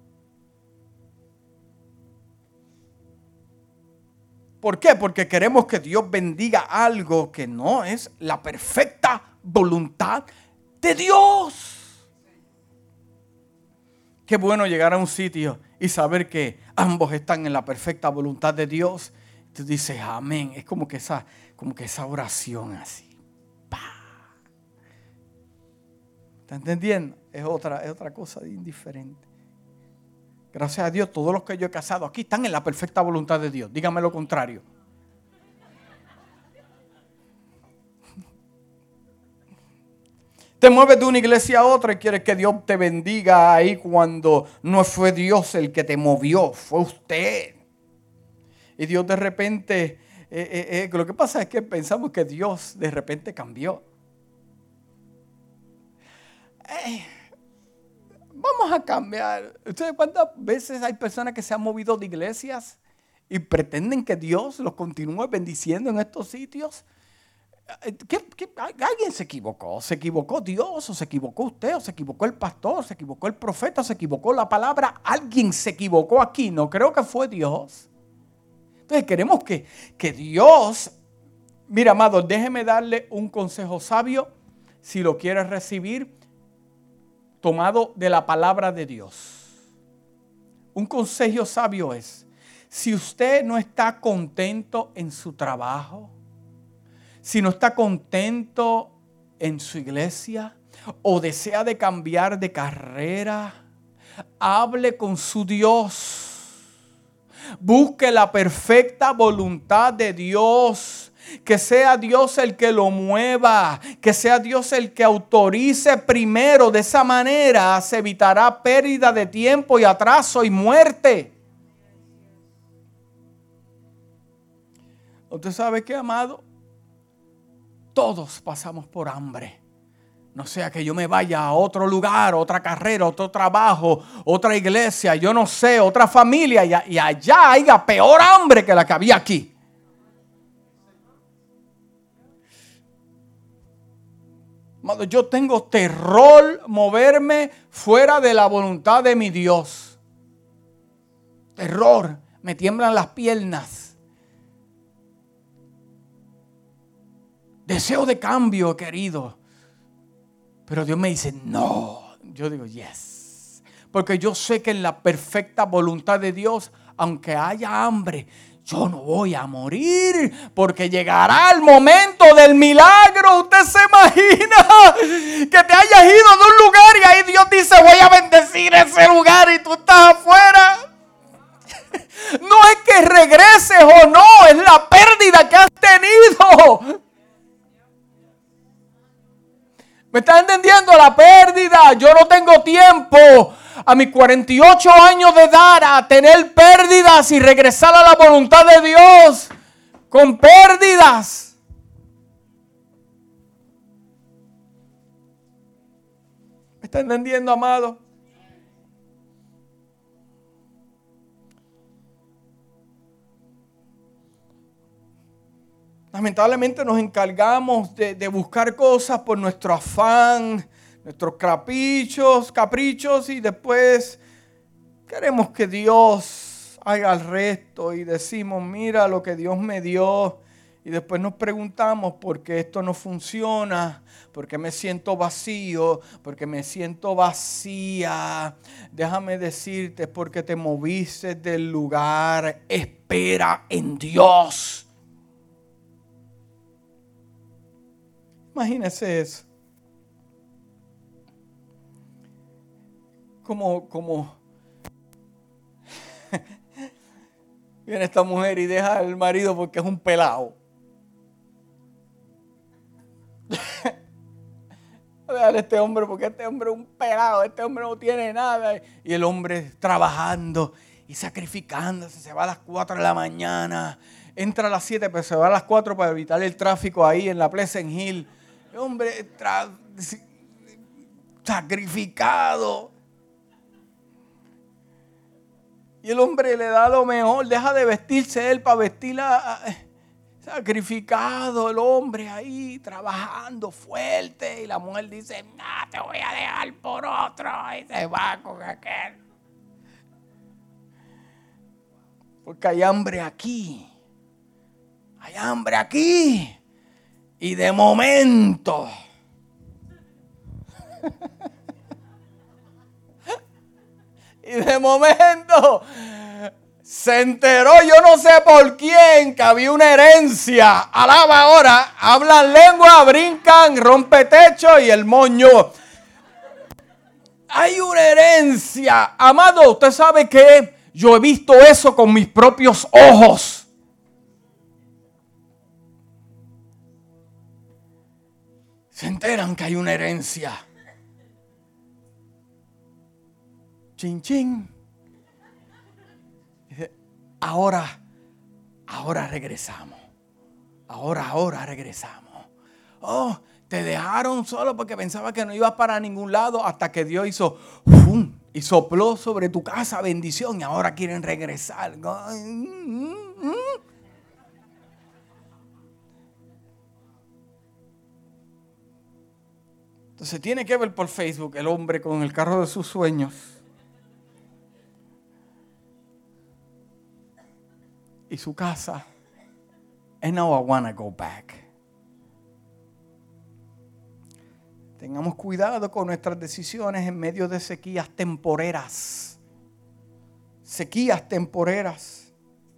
¿Por qué? Porque queremos que Dios bendiga algo que no es la perfecta voluntad de Dios. Qué bueno llegar a un sitio y saber que ambos están en la perfecta voluntad de Dios. Tú dices amén. Es como que esa, como que esa oración así. ¡Pah! ¿Está entendiendo? Es otra, es otra cosa indiferente. Gracias a Dios, todos los que yo he casado aquí están en la perfecta voluntad de Dios. Dígame lo contrario. Te mueves de una iglesia a otra y quieres que Dios te bendiga ahí cuando no fue Dios el que te movió, fue usted. Y Dios de repente, eh, eh, eh, lo que pasa es que pensamos que Dios de repente cambió. Eh, vamos a cambiar. ¿Ustedes cuántas veces hay personas que se han movido de iglesias y pretenden que Dios los continúe bendiciendo en estos sitios? ¿Qué, qué, ¿Alguien se equivocó? ¿Se equivocó Dios? ¿O se equivocó usted? ¿O se equivocó el pastor? ¿Se equivocó el profeta? ¿O se equivocó la palabra? Alguien se equivocó aquí. No creo que fue Dios. Entonces queremos que, que Dios... Mira, amado, déjeme darle un consejo sabio. Si lo quieres recibir, tomado de la palabra de Dios. Un consejo sabio es, si usted no está contento en su trabajo, si no está contento en su iglesia o desea de cambiar de carrera, hable con su Dios. Busque la perfecta voluntad de Dios. Que sea Dios el que lo mueva. Que sea Dios el que autorice primero. De esa manera se evitará pérdida de tiempo y atraso y muerte. ¿Usted sabe qué, amado? Todos pasamos por hambre. No sea que yo me vaya a otro lugar, otra carrera, otro trabajo, otra iglesia, yo no sé, otra familia y, y allá haya peor hambre que la que había aquí. Yo tengo terror moverme fuera de la voluntad de mi Dios. Terror, me tiemblan las piernas. Deseo de cambio, querido. Pero Dios me dice, no. Yo digo, yes. Porque yo sé que en la perfecta voluntad de Dios, aunque haya hambre, yo no voy a morir. Porque llegará el momento del milagro. Usted se imagina que te hayas ido de un lugar y ahí Dios dice, voy a bendecir ese lugar y tú estás afuera. No es que regreses o no, es la pérdida que has tenido. ¿Me estás entendiendo? La pérdida. Yo no tengo tiempo a mis cuarenta y ocho años de edad a tener pérdidas y regresar a la voluntad de Dios con pérdidas. está entendiendo, amado? Lamentablemente nos encargamos de, de buscar cosas por nuestro afán, nuestros caprichos, caprichos y después queremos que Dios haga el resto y decimos, mira lo que Dios me dio. Y después nos preguntamos por qué esto no funciona, por qué me siento vacío, por qué me siento vacía. Déjame decirte, porque te moviste del lugar. Espera en Dios. Imagínese eso. Como, como viene esta mujer y deja al marido porque es un pelado. Déjale a este hombre porque este hombre es un pelado, este hombre no tiene nada. Y el hombre trabajando y sacrificándose, se va a las cuatro de la mañana, entra a las siete, pero se va a las cuatro para evitar el tráfico ahí en la Pleasant Hill. El hombre tra- sacrificado. Y el hombre le da lo mejor, deja de vestirse él para vestirla. Sacrificado el hombre ahí, trabajando fuerte. Y la mujer dice, no, te voy a dejar por otro. Y se va con aquel. Porque hay hambre aquí. Hay hambre aquí. Y de momento. y de momento. Se enteró, yo no sé por quién, que había una herencia. Alaba ahora, hablan lengua, brincan, rompe techo y el moño. Hay una herencia. Amado, usted sabe que yo he visto eso con mis propios ojos. Se enteran que hay una herencia. Chin, chin. Ahora, ahora regresamos. Ahora, ahora regresamos. Oh, te dejaron solo porque pensaba que no ibas para ningún lado hasta que Dios hizo ¡fum! Y sopló sobre tu casa bendición y ahora quieren regresar. Entonces tiene que ver por Facebook el hombre con el carro de sus sueños. Y su casa. And now I want to go back. Tengamos cuidado con nuestras decisiones en medio de sequías temporeras. Sequías temporeras.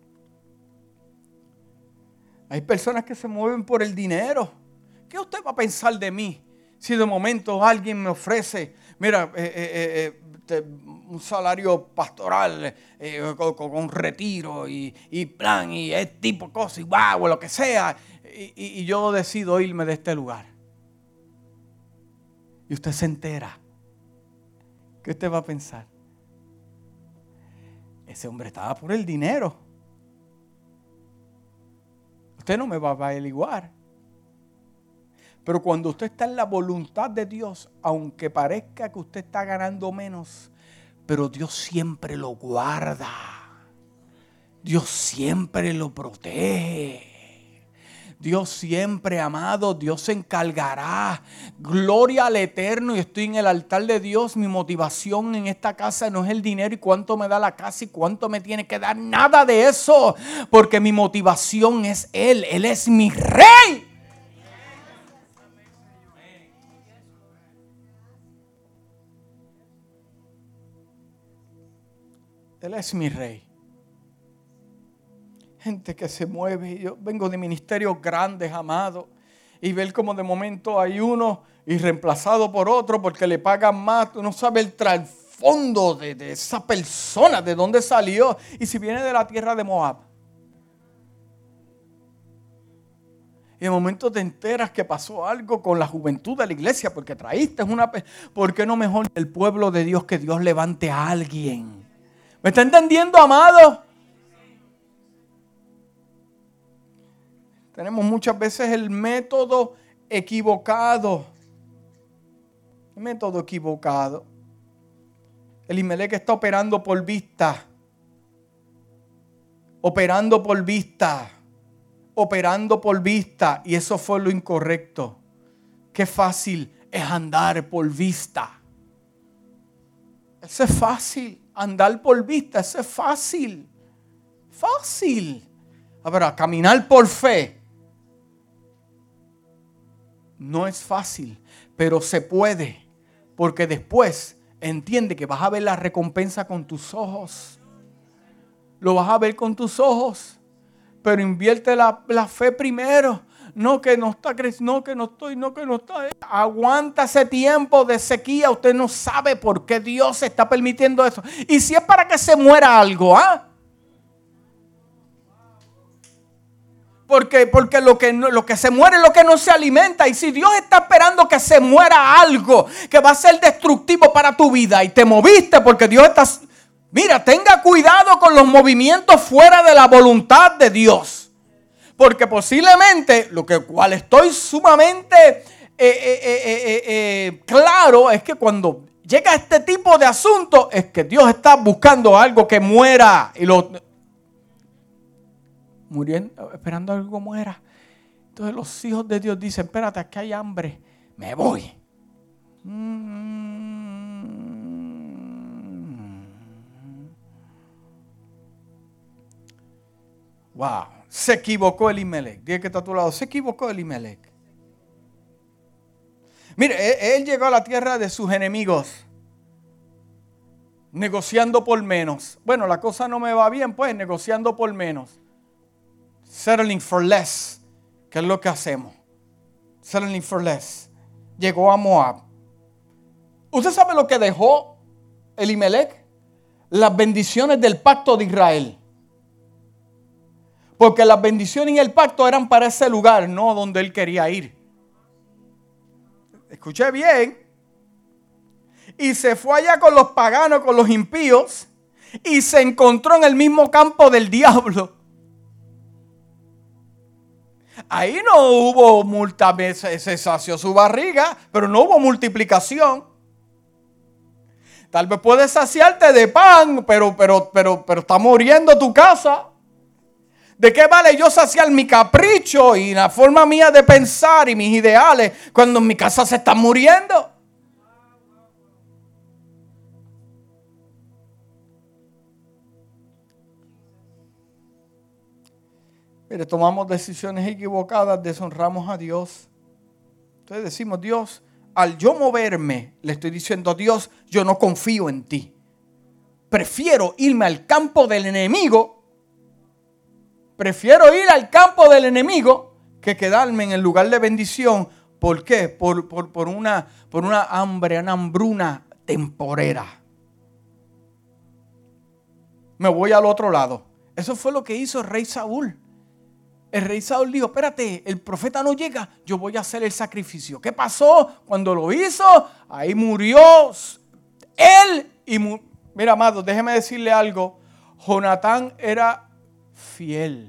Hay personas que se mueven por el dinero. ¿Qué usted va a pensar de mí si de momento alguien me ofrece, mira, eh, eh, eh, te, un salario pastoral eh, con, con retiro y, y plan y este tipo de cosas y wow, lo que sea, y, y, y yo decido irme de este lugar? Y usted se entera. ¿Qué usted va a pensar? Ese hombre estaba por el dinero. Usted no me va a averiguar. Pero cuando usted está en la voluntad de Dios, aunque parezca que usted está ganando menos, pero Dios siempre lo guarda. Dios siempre lo protege. Dios siempre, amado, Dios se encargará. Gloria al Eterno. Y estoy en el altar de Dios. Mi motivación en esta casa no es el dinero y cuánto me da la casa y cuánto me tiene que dar. Nada de eso. Porque mi motivación es Él. Él es mi Rey. Él es mi Rey. Gente que se mueve. Yo vengo de ministerios grandes, amado. Y ver como de momento hay uno y reemplazado por otro porque le pagan más. Tú no sabes el trasfondo de, de esa persona, de dónde salió. Y si viene de la tierra de Moab. Y de momento te enteras que pasó algo con la juventud de la iglesia porque traíste una... ¿Por qué no mejor el pueblo de Dios que Dios levante a alguien? ¿Me está entendiendo, amado? Tenemos muchas veces el método equivocado. Método equivocado. Elimelec está operando por vista. Operando por vista. Operando por vista. Y eso fue lo incorrecto. Qué fácil es andar por vista. Eso es fácil. Andar por vista, eso es fácil. Fácil. Ahora, caminar por fe no es fácil, pero se puede. Porque después entiende que vas a ver la recompensa con tus ojos. Lo vas a ver con tus ojos. Pero invierte la, la fe primero. No que no está creciendo, no que no estoy, no que no está. Aguanta ese tiempo de sequía. Usted no sabe por qué Dios está permitiendo eso. Y si es para que se muera algo, ¿ah? Porque, porque lo, que no, lo que se muere es lo que no se alimenta. Y si Dios está esperando que se muera algo que va a ser destructivo para tu vida y te moviste porque Dios está... Mira, tenga cuidado con los movimientos fuera de la voluntad de Dios. Porque posiblemente, lo que cual estoy sumamente eh, eh, eh, eh, eh, claro, es que cuando llega este tipo de asunto, es que Dios está buscando algo que muera. Y lo... Muriendo, esperando algo muera. Entonces los hijos de Dios dicen, espérate, aquí hay hambre, me voy. Mm. Wow, se equivocó Elimelec. Dile que está a tu lado, se equivocó Elimelec. Mire, él, él llegó a la tierra de sus enemigos, negociando por menos. Bueno, la cosa no me va bien, pues, negociando por menos. Settling for less, que es lo que hacemos. Settling for less. Llegó a Moab. ¿Usted sabe lo que dejó Elimelec? Las bendiciones del pacto de Israel. Porque las bendiciones y el pacto eran para ese lugar, no donde él quería ir. Escuché bien. Y se fue allá con los paganos, con los impíos, y se encontró en el mismo campo del diablo. Ahí no hubo multa, se sació su barriga, pero no hubo multiplicación. Tal vez puedes saciarte de pan, pero, pero, pero, pero está muriendo tu casa. ¿De qué vale yo saciar mi capricho y la forma mía de pensar y mis ideales cuando en mi casa se están muriendo? Mire, tomamos decisiones equivocadas, deshonramos a Dios. Entonces decimos, Dios, al yo moverme, le estoy diciendo a Dios, yo no confío en ti. Prefiero irme al campo del enemigo. Prefiero ir al campo del enemigo que quedarme en el lugar de bendición. ¿Por qué? Por, por, por, una, por una hambre, una hambruna temporera. Me voy al otro lado. Eso fue lo que hizo el rey Saúl. El rey Saúl dijo, espérate, el profeta no llega, yo voy a hacer el sacrificio. ¿Qué pasó? Cuando lo hizo, ahí murió él. Y mu- Mira, amado, déjeme decirle algo. Jonatán era fiel.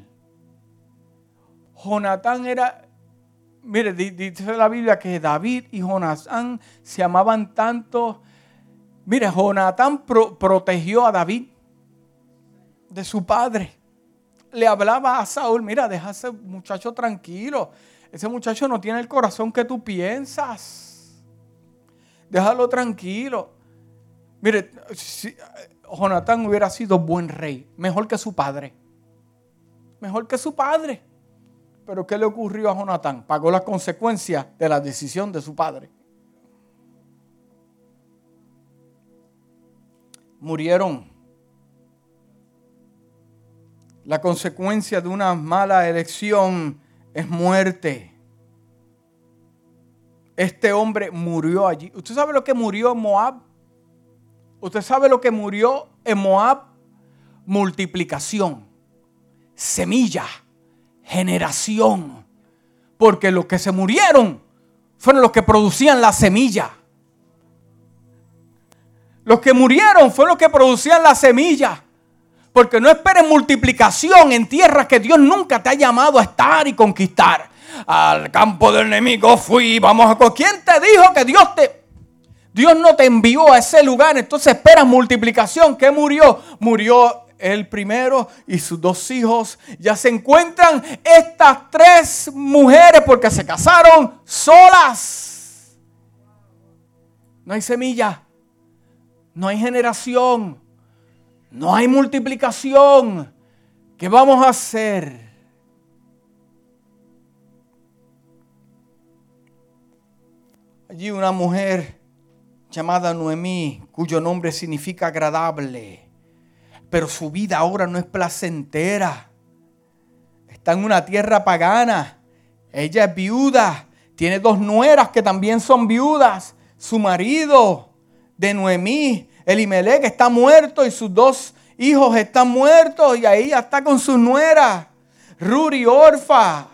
Jonatán era, mire, dice la Biblia que David y Jonatán se amaban tanto. Mire, Jonatán pro, protegió a David de su padre. Le hablaba a Saúl, mira, deja a ese muchacho tranquilo. Ese muchacho no tiene el corazón que tú piensas. Déjalo tranquilo. Mire, si Jonatán hubiera sido buen rey, mejor que su padre. Mejor que su padre. Pero ¿qué le ocurrió a Jonatán? Pagó las consecuencias de la decisión de su padre. Murieron. La consecuencia de una mala elección es muerte. Este hombre murió allí. ¿Usted sabe lo que murió en Moab? ¿Usted sabe lo que murió en Moab? Multiplicación, semilla, generación. Porque los que se murieron fueron los que producían la semilla. Los que murieron fueron los que producían la semilla. Porque no esperes multiplicación en tierras que Dios nunca te ha llamado a estar y conquistar. Al campo del enemigo fui, vamos a... ¿Quién te dijo que Dios te... Dios no te envió a ese lugar, entonces esperas multiplicación. ¿Qué murió? Murió el primero y sus dos hijos. Ya se encuentran estas tres mujeres porque se casaron solas. No hay semilla, no hay generación, no hay multiplicación. ¿Qué vamos a hacer? Allí una mujer llamada Noemí, cuyo nombre significa agradable, pero su vida ahora no es placentera. Está en una tierra pagana. Ella es viuda, tiene dos nueras que también son viudas. Su marido de Noemí, Elimelec, está muerto y sus dos hijos están muertos y ahí ya está con sus nueras, Ruth y Orfa.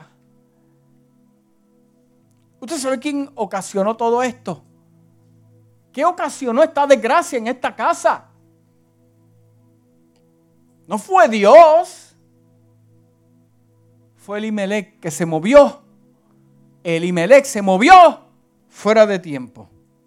¿Usted sabe quién ocasionó todo esto? ¿Qué ocasionó esta desgracia en esta casa? No fue Dios. Fue Elimelec que se movió. Elimelec se movió fuera de tiempo.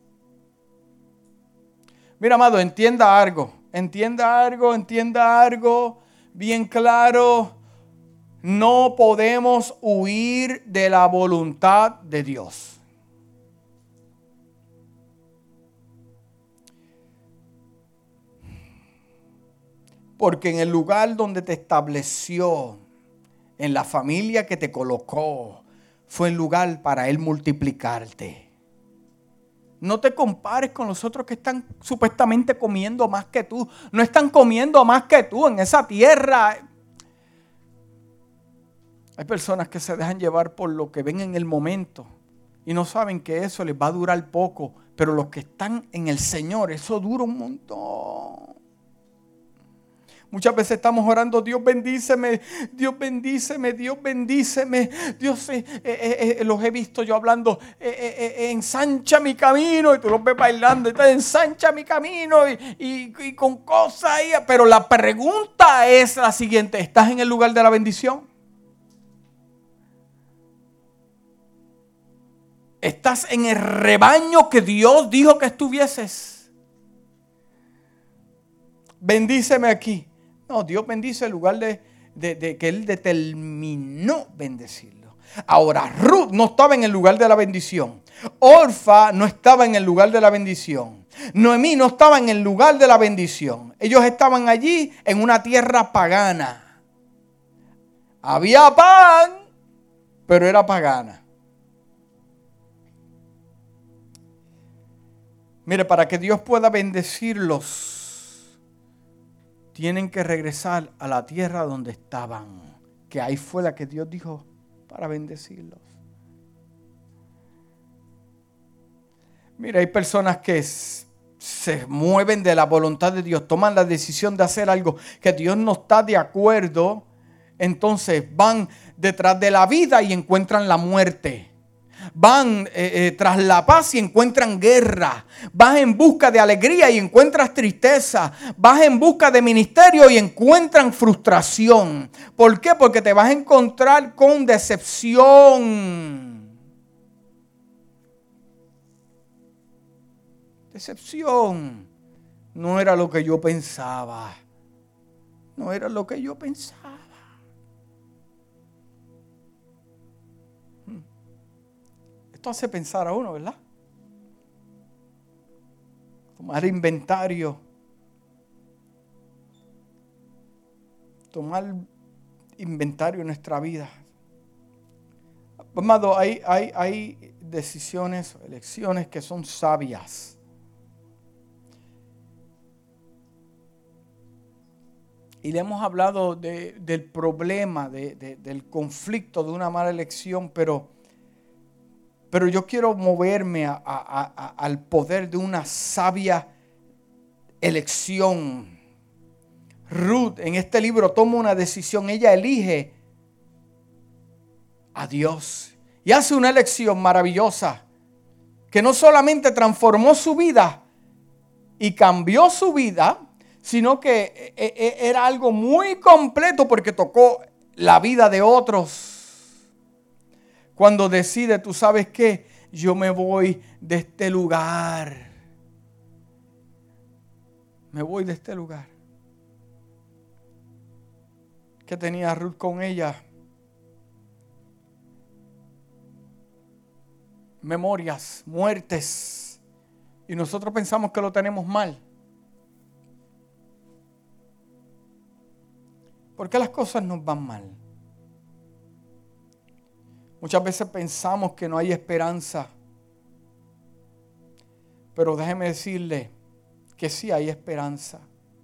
Mira, amado, entienda algo. Entienda algo, entienda algo bien claro. No podemos huir de la voluntad de Dios. Porque en el lugar donde te estableció, en la familia que te colocó, fue el lugar para Él multiplicarte. No te compares con los otros que están supuestamente comiendo más que tú. No están comiendo más que tú en esa tierra. Hay personas que se dejan llevar por lo que ven en el momento y no saben que eso les va a durar poco. Pero los que están en el Señor, eso dura un montón. Muchas veces estamos orando, Dios bendíceme, Dios bendíceme, Dios bendíceme. Dios, eh, eh, eh, los he visto yo hablando, eh, eh, eh, ensancha mi camino. Y tú los ves bailando, y te ensancha mi camino y, y, y con cosas ahí. Pero la pregunta es la siguiente, ¿estás en el lugar de la bendición? ¿Estás en el rebaño que Dios dijo que estuvieses? Bendíceme aquí. No, Dios bendice el lugar de, de, de que Él determinó bendecirlo. Ahora, Ruth no estaba en el lugar de la bendición. Orfa no estaba en el lugar de la bendición. Noemí no estaba en el lugar de la bendición. Ellos estaban allí en una tierra pagana. Había pan, pero era pagana. Mire, para que Dios pueda bendecirlos, tienen que regresar a la tierra donde estaban, que ahí fue la que Dios dijo para bendecirlos. Mira, hay personas que se mueven de la voluntad de Dios, toman la decisión de hacer algo que Dios no está de acuerdo, entonces van detrás de la vida y encuentran la muerte. Van eh, eh, tras la paz y encuentran guerra. Vas en busca de alegría y encuentras tristeza. Vas en busca de ministerio y encuentran frustración. ¿Por qué? Porque te vas a encontrar con decepción. Decepción. No era lo que yo pensaba. No era lo que yo pensaba. Esto hace pensar a uno, ¿verdad? Tomar inventario. Tomar inventario en nuestra vida. Amado, hay, hay, hay decisiones, elecciones que son sabias. Y le hemos hablado de, del problema, de, de, del conflicto de una mala elección, pero... Pero yo quiero moverme a, a, a, al poder de una sabia elección. Ruth en este libro toma una decisión. Ella elige a Dios. Y hace una elección maravillosa. Que no solamente transformó su vida y cambió su vida, sino que era algo muy completo porque tocó la vida de otros. Cuando decide, tú sabes qué, yo me voy de este lugar. me voy de este lugar. ¿Qué tenía Ruth con ella? Memorias, muertes. Y nosotros pensamos que lo tenemos mal. ¿Por qué las cosas nos van mal? Muchas veces pensamos que no hay esperanza. Pero déjeme decirle que sí hay esperanza.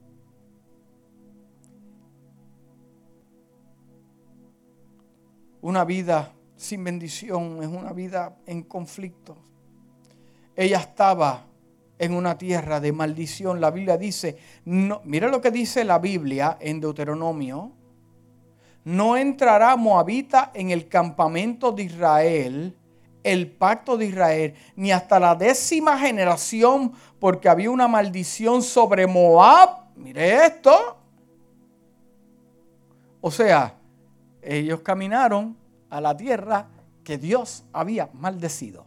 Una vida sin bendición es una vida en conflicto. Ella estaba en una tierra de maldición. La Biblia dice, no, mira lo que dice la Biblia en Deuteronomio. No entrará moabita en el campamento de Israel, el pacto de Israel, ni hasta la décima generación, porque había una maldición sobre Moab. Mire esto. O sea, ellos caminaron a la tierra que Dios había maldecido.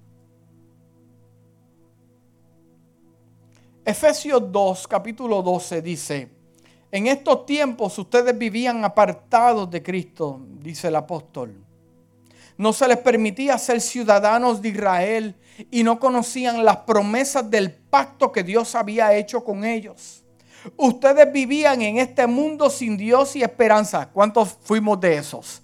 Efesios dos, capítulo doce dice, en estos tiempos ustedes vivían apartados de Cristo, dice el apóstol. No se les permitía ser ciudadanos de Israel y no conocían las promesas del pacto que Dios había hecho con ellos. Ustedes vivían en este mundo sin Dios y esperanza. ¿Cuántos fuimos de esos?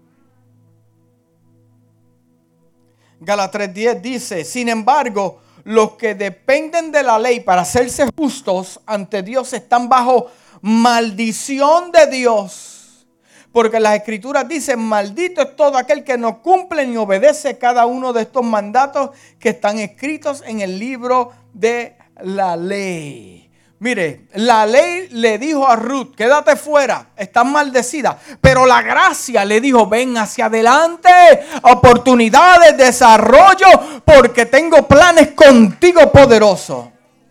Gálatas tres diez dice, sin embargo, los que dependen de la ley para hacerse justos ante Dios están bajo maldición de Dios. Porque las escrituras dicen, maldito es todo aquel que no cumple ni obedece cada uno de estos mandatos que están escritos en el libro de la ley. Mire, la ley le dijo a Ruth, quédate fuera, estás maldecida. Pero la gracia le dijo, ven hacia adelante, oportunidades, desarrollo, porque tengo planes contigo poderosos.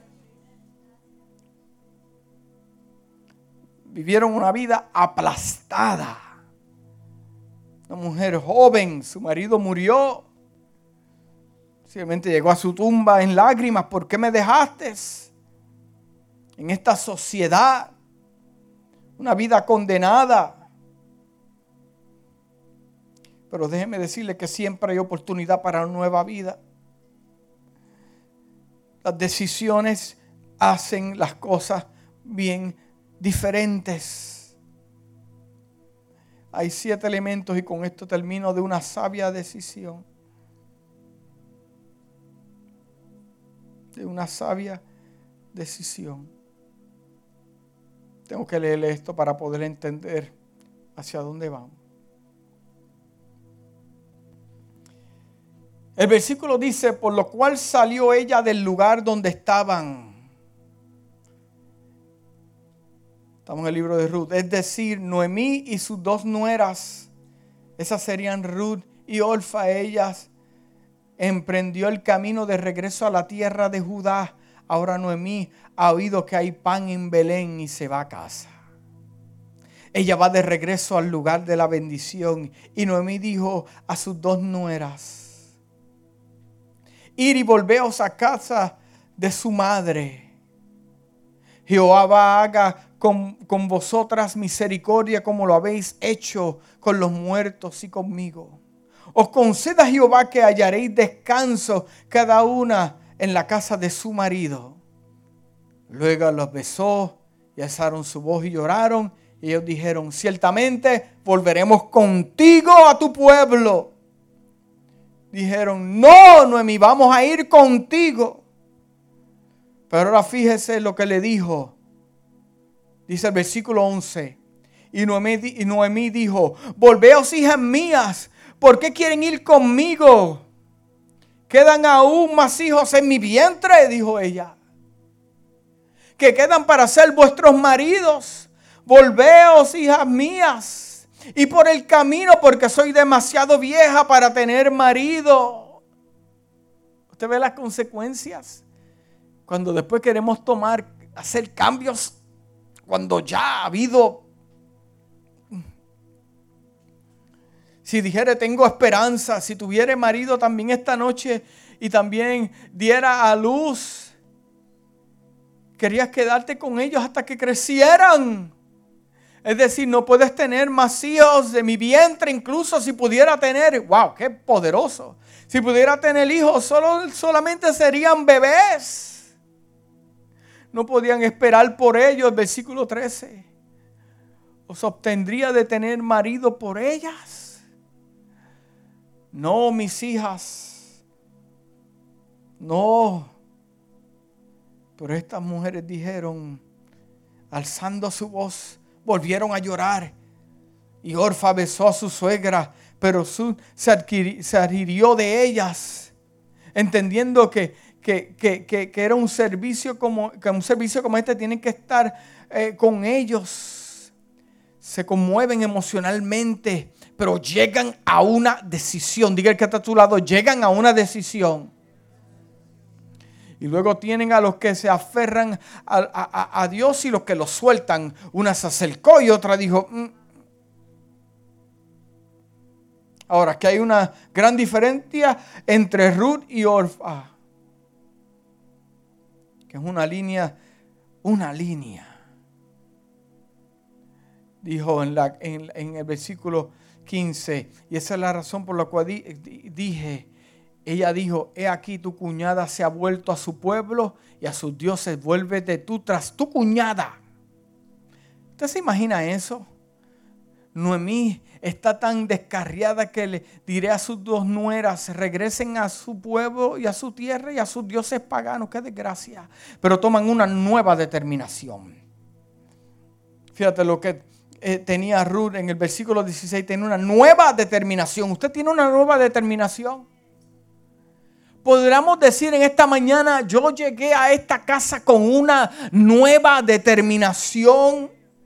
Vivieron una vida aplastada. Una mujer joven, su marido murió. Simplemente llegó a su tumba en lágrimas. ¿Por qué me dejaste? En esta sociedad, una vida condenada. Pero déjeme decirle que siempre hay oportunidad para una nueva vida. Las decisiones hacen las cosas bien diferentes. Hay siete elementos y con esto termino de una sabia decisión. De una sabia decisión. Tengo que leer esto para poder entender hacia dónde vamos. El versículo dice, por lo cual salió ella del lugar donde estaban. Estamos en el libro de Ruth. Es decir, Noemí y sus dos nueras, esas serían Ruth y Orfa, ellas emprendió el camino de regreso a la tierra de Judá. Ahora Noemí ha oído que hay pan en Belén y se va a casa. Ella va de regreso al lugar de la bendición. Y Noemí dijo a sus dos nueras, ir y volveos a casa de su madre. Jehová haga con, con vosotras misericordia como lo habéis hecho con los muertos y conmigo. Os conceda Jehová que hallaréis descanso cada una en la casa de su marido. Luego los besó y alzaron su voz y lloraron. Y ellos dijeron, ciertamente volveremos contigo a tu pueblo. Dijeron, no, Noemí, vamos a ir contigo. Pero ahora fíjese lo que le dijo. Dice el versículo once. Y Noemí, y Noemí dijo, volveos, hijas mías, ¿por qué quieren ir conmigo? Quedan aún más hijos en mi vientre, dijo ella, que quedan para ser vuestros maridos. Volveos, hijas mías, y por el camino, porque soy demasiado vieja para tener marido. ¿Usted ve las consecuencias? Cuando después queremos tomar, hacer cambios, cuando ya ha habido. Si dijere tengo esperanza, si tuviere marido también esta noche y también diera a luz, querías quedarte con ellos hasta que crecieran. Es decir, no puedes tener más hijos de mi vientre, incluso si pudiera tener, wow, qué poderoso. Si pudiera tener hijos, solo, solamente serían bebés. No podían esperar por ellos, versículo trece. ¿Os obtendría de tener marido por ellas? No, mis hijas. No. Pero estas mujeres dijeron, alzando su voz, volvieron a llorar. Y Orfa besó a su suegra, pero Ruth se, adquiri, se adhirió de ellas, entendiendo que, que, que, que, que era un servicio como, que un servicio como este tienen que estar eh, con ellos. Se conmueven emocionalmente, pero llegan a una decisión. Diga el que está a tu lado, llegan a una decisión. Y luego tienen a los que se aferran a, a, a Dios y los que los sueltan. Una se acercó y otra dijo. Mm. Ahora, que hay una gran diferencia entre Ruth y Orfa. Que es una línea, una línea. Dijo en, la, en, en el versículo quince. Y esa es la razón por la cual di, di, dije. Ella dijo, he aquí tu cuñada se ha vuelto a su pueblo y a sus dioses, vuélvete tú tras tu cuñada. ¿Usted se imagina eso? Noemí está tan descarriada que le diré a sus dos nueras, regresen a su pueblo y a su tierra y a sus dioses paganos. ¡Qué desgracia! Pero toman una nueva determinación. Fíjate lo que eh, tenía Ruth en el versículo dieciséis, tiene una nueva determinación. ¿Usted tiene una nueva determinación? Podríamos decir en esta mañana, yo llegué a esta casa con una nueva determinación.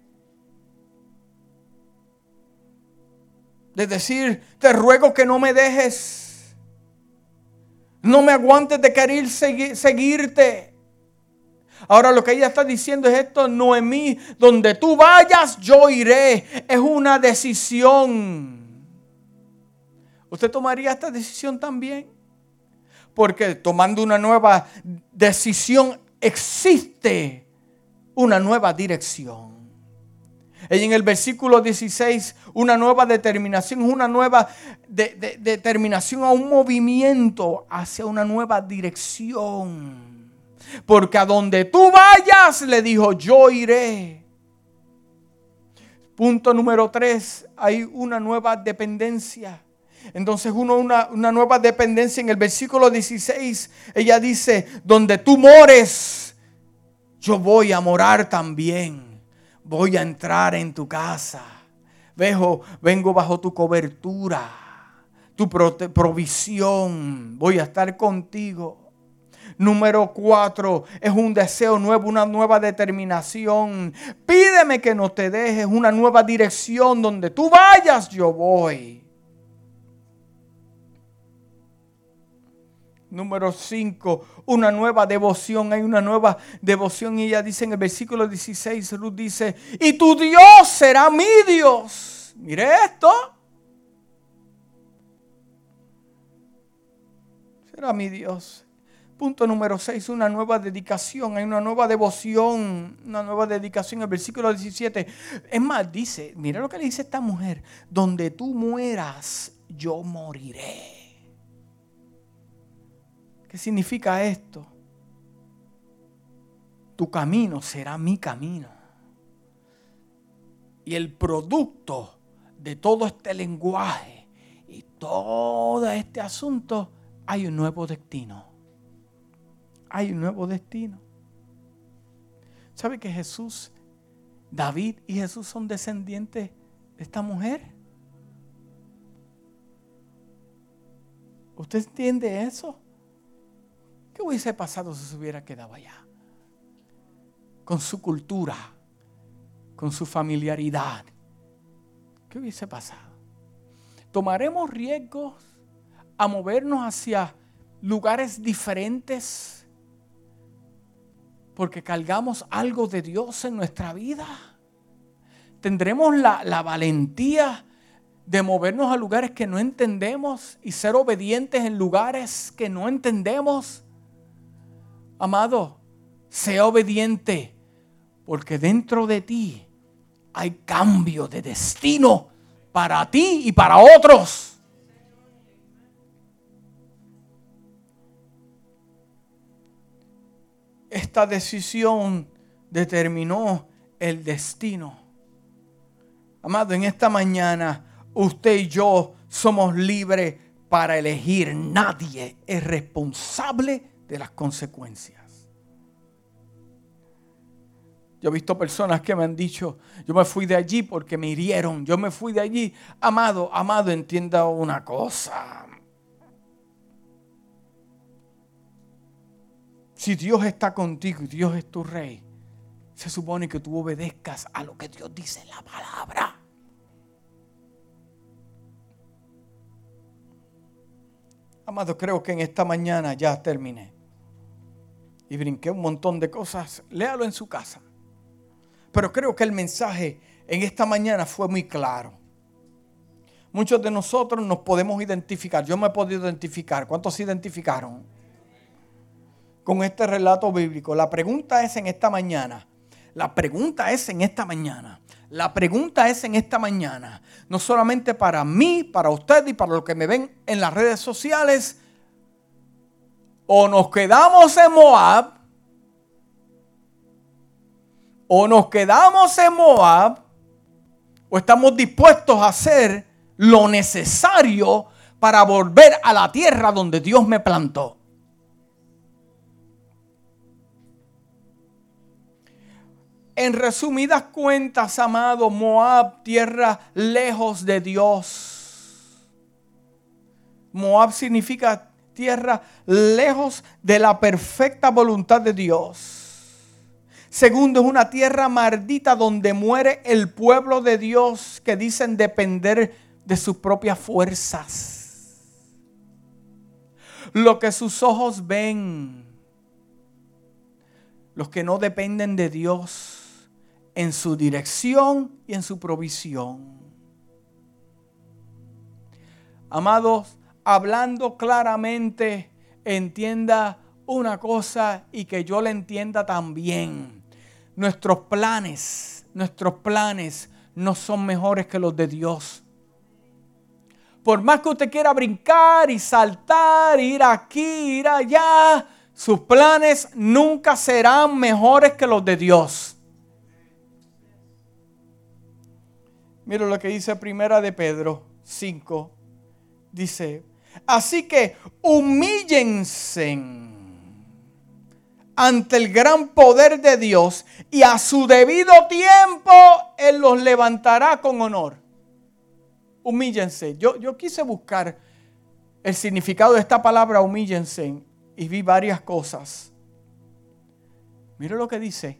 De decir, te ruego que no me dejes. No me aguantes de querer segui- seguirte. Ahora lo que ella está diciendo es esto, Noemí, donde tú vayas, yo iré. Es una decisión. ¿Usted tomaría esta decisión también? Porque tomando una nueva decisión existe una nueva dirección. Y en el versículo dieciséis, una nueva determinación, una nueva de, de, determinación a un movimiento hacia una nueva dirección. Porque a donde tú vayas, le dijo, yo iré. Punto número tres, hay una nueva dependencia. Entonces uno una, una nueva dependencia en el versículo dieciséis. Ella dice, donde tú mores, yo voy a morar también. Voy a entrar en tu casa. Vengo, vengo bajo tu cobertura, tu provisión. Voy a estar contigo. Número cuatro, es un deseo nuevo, una nueva determinación. Pídeme que no te dejes, una nueva dirección. Donde tú vayas, yo voy. Número cinco, una nueva devoción. Hay una nueva devoción y ella dice en el versículo dieciséis, Ruth dice, y tu Dios será mi Dios. Mire esto. Será mi Dios. Punto número seis, una nueva dedicación. Hay una nueva devoción, una nueva dedicación. El versículo diecisiete, es más, dice, mira lo que le dice esta mujer, donde tú mueras, yo moriré. ¿Qué significa esto? Tu camino será mi camino. Y el producto de todo este lenguaje y todo este asunto, hay un nuevo destino. Hay un nuevo destino. ¿Sabe que Jesús, David y Jesús son descendientes de esta mujer? ¿Usted entiende eso? ¿Qué hubiese pasado si se hubiera quedado allá? Con su cultura, con su familiaridad. ¿Qué hubiese pasado? ¿Tomaremos riesgos a movernos hacia lugares diferentes porque cargamos algo de Dios en nuestra vida? ¿Tendremos la, la valentía de movernos a lugares que no entendemos y ser obedientes en lugares que no entendemos? Amado, Sea obediente, porque dentro de ti hay cambio de destino para ti y para otros. Esta decisión determinó el destino. Amado, en esta mañana usted y yo somos libres para elegir. Nadie es responsable de las consecuencias. Yo he visto personas que me han dicho, yo me fui de allí porque me hirieron, yo me fui de allí. Amado, amado, entienda una cosa. Si Dios está contigo y Dios es tu rey, se supone que tú obedezcas a lo que Dios dice en la palabra. Amado, creo que en esta mañana ya terminé. Y brinqué un montón de cosas. Léalo en su casa. Pero creo que el mensaje en esta mañana fue muy claro. Muchos de nosotros nos podemos identificar. Yo me he podido identificar. ¿Cuántos se identificaron con este relato bíblico? La pregunta es en esta mañana. La pregunta es en esta mañana. La pregunta es en esta mañana. No solamente para mí, para usted y para los que me ven en las redes sociales. O nos quedamos en Moab. O nos quedamos en Moab. O estamos dispuestos a hacer lo necesario para volver a la tierra donde Dios me plantó. En resumidas cuentas, amado, Moab, tierra lejos de Dios. Moab significa tierra lejos de la perfecta voluntad de Dios. Segundo, es una tierra maldita donde muere el pueblo de Dios que dicen depender de sus propias fuerzas. Lo que sus ojos ven, los que no dependen de Dios en su dirección y en su provisión. Amados, hablando claramente, entienda una cosa y que yo la entienda también. Nuestros planes, nuestros planes no son mejores que los de Dios. Por más que usted quiera brincar y saltar, ir aquí, ir allá, sus planes nunca serán mejores que los de Dios. Mira lo que dice Primera de Pedro cinco. Dice, así que humíllense ante el gran poder de Dios y a su debido tiempo Él los levantará con honor. Humíllense. Yo, yo quise buscar el significado de esta palabra humíllense y vi varias cosas. Mira lo que dice.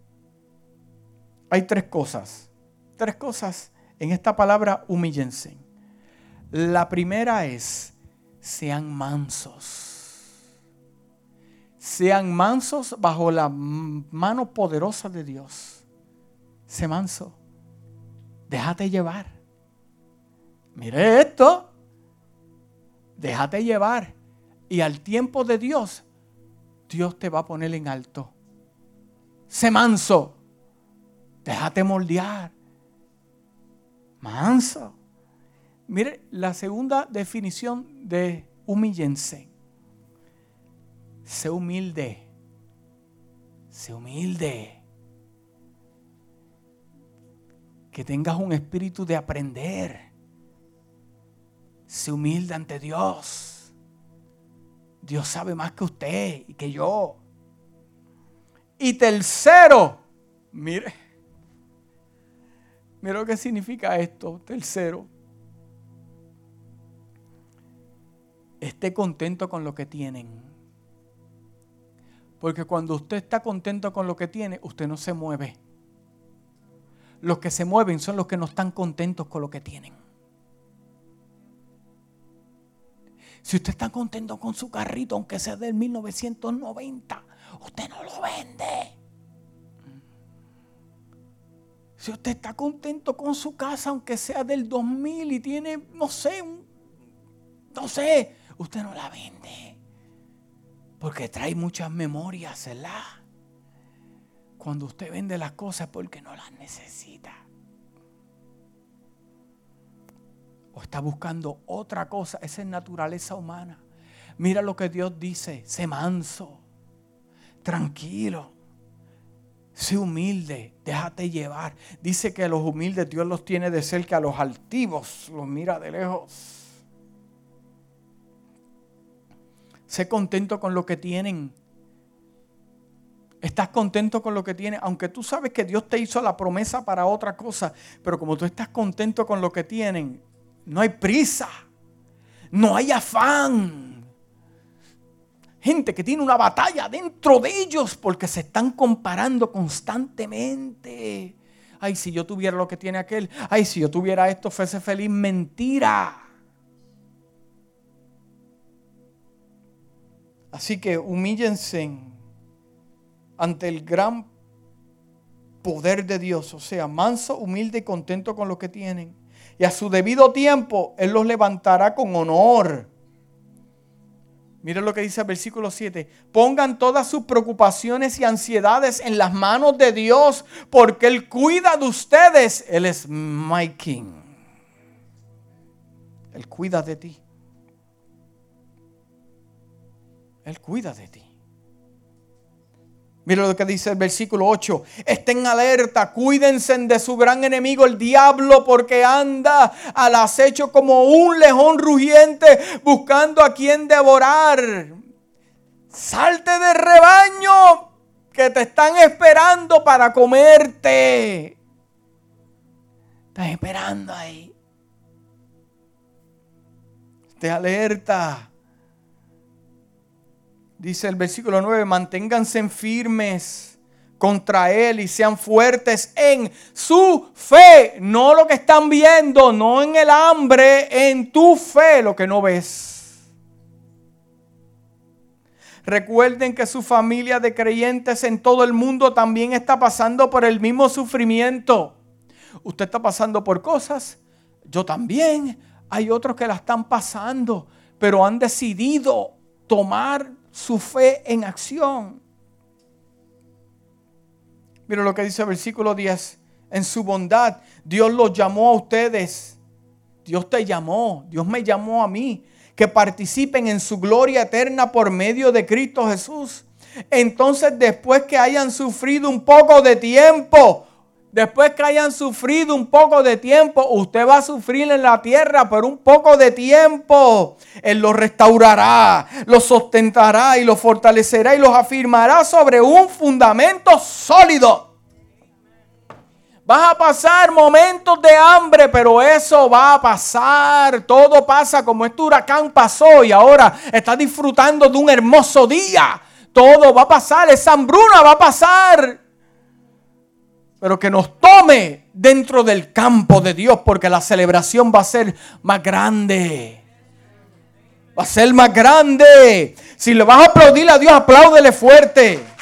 Hay tres cosas. Tres cosas en esta palabra humíllense. La primera es, sean mansos. Sean mansos bajo la mano poderosa de Dios. Sé manso. Déjate llevar. Mire esto. Déjate llevar. Y al tiempo de Dios, Dios te va a poner en alto. Sé manso. Déjate moldear. Manso. Mire, la segunda definición de humíllense. Sé humilde. Sé humilde. Que tengas un espíritu de aprender. Sé humilde ante Dios. Dios sabe más que usted y que yo. Y tercero, mire. Mira lo que significa esto, tercero. Esté contento con lo que tienen. Porque cuando usted está contento con lo que tiene, usted no se mueve. Los que se mueven son los que no están contentos con lo que tienen. Si usted está contento con su carrito, aunque sea del mil novecientos noventa, usted no lo vende. Si usted está contento con su casa, aunque sea del dos mil y tiene, no sé, un, no sé, usted no la vende. Porque trae muchas memorias, ¿verdad? cuando usted vende las cosas es porque no las necesita. O está buscando otra cosa. Esa es naturaleza humana. Mira lo que Dios dice. Sé manso, tranquilo, sé humilde, déjate llevar. Dice que a los humildes Dios los tiene de cerca, a los altivos los mira de lejos. Sé contento con lo que tienen. Estás contento con lo que tienes, aunque tú sabes que Dios te hizo la promesa para otra cosa, pero como tú estás contento con lo que tienen, no hay prisa, no hay afán. Gente que tiene una batalla dentro de ellos porque se están comparando constantemente. Ay, si yo tuviera lo que tiene aquel. Ay, si yo tuviera esto, fuese feliz. Mentira. Así que humíllense ante el gran poder de Dios. O sea, manso, humilde y contento con lo que tienen. Y a su debido tiempo, Él los levantará con honor. Miren lo que dice el versículo siete. Pongan todas sus preocupaciones y ansiedades en las manos de Dios, porque Él cuida de ustedes. Él es my King. Él cuida de ti. Él cuida de ti. Mira lo que dice el versículo ocho. Estén alerta, cuídense de su gran enemigo, el diablo, porque anda al acecho como un león rugiente buscando a quien devorar. Salte del rebaño que te están esperando para comerte. Están esperando ahí. Esté alerta. Dice el versículo nueve, manténganse firmes contra Él y sean fuertes en su fe. No lo que están viendo, no en el hambre, en tu fe, lo que no ves. Recuerden que su familia de creyentes en todo el mundo también está pasando por el mismo sufrimiento. Usted está pasando por cosas, yo también. Hay otros que la están pasando, pero han decidido tomar su fe en acción. Mira lo que dice el versículo diez. En su bondad, Dios los llamó a ustedes. Dios te llamó. Dios me llamó a mí. Que participen en su gloria eterna por medio de Cristo Jesús. Entonces, después que hayan sufrido un poco de tiempo, después que hayan sufrido un poco de tiempo, usted va a sufrir en la tierra por un poco de tiempo. Él los restaurará, los sustentará y los fortalecerá y los afirmará sobre un fundamento sólido. Vas a pasar momentos de hambre, pero eso va a pasar. Todo pasa como este huracán pasó y ahora está disfrutando de un hermoso día. Todo va a pasar, esa hambruna va a pasar. Pero que nos tome dentro del campo de Dios, porque la celebración va a ser más grande. Va a ser más grande. Si le vas a aplaudir a Dios, apláudele fuerte.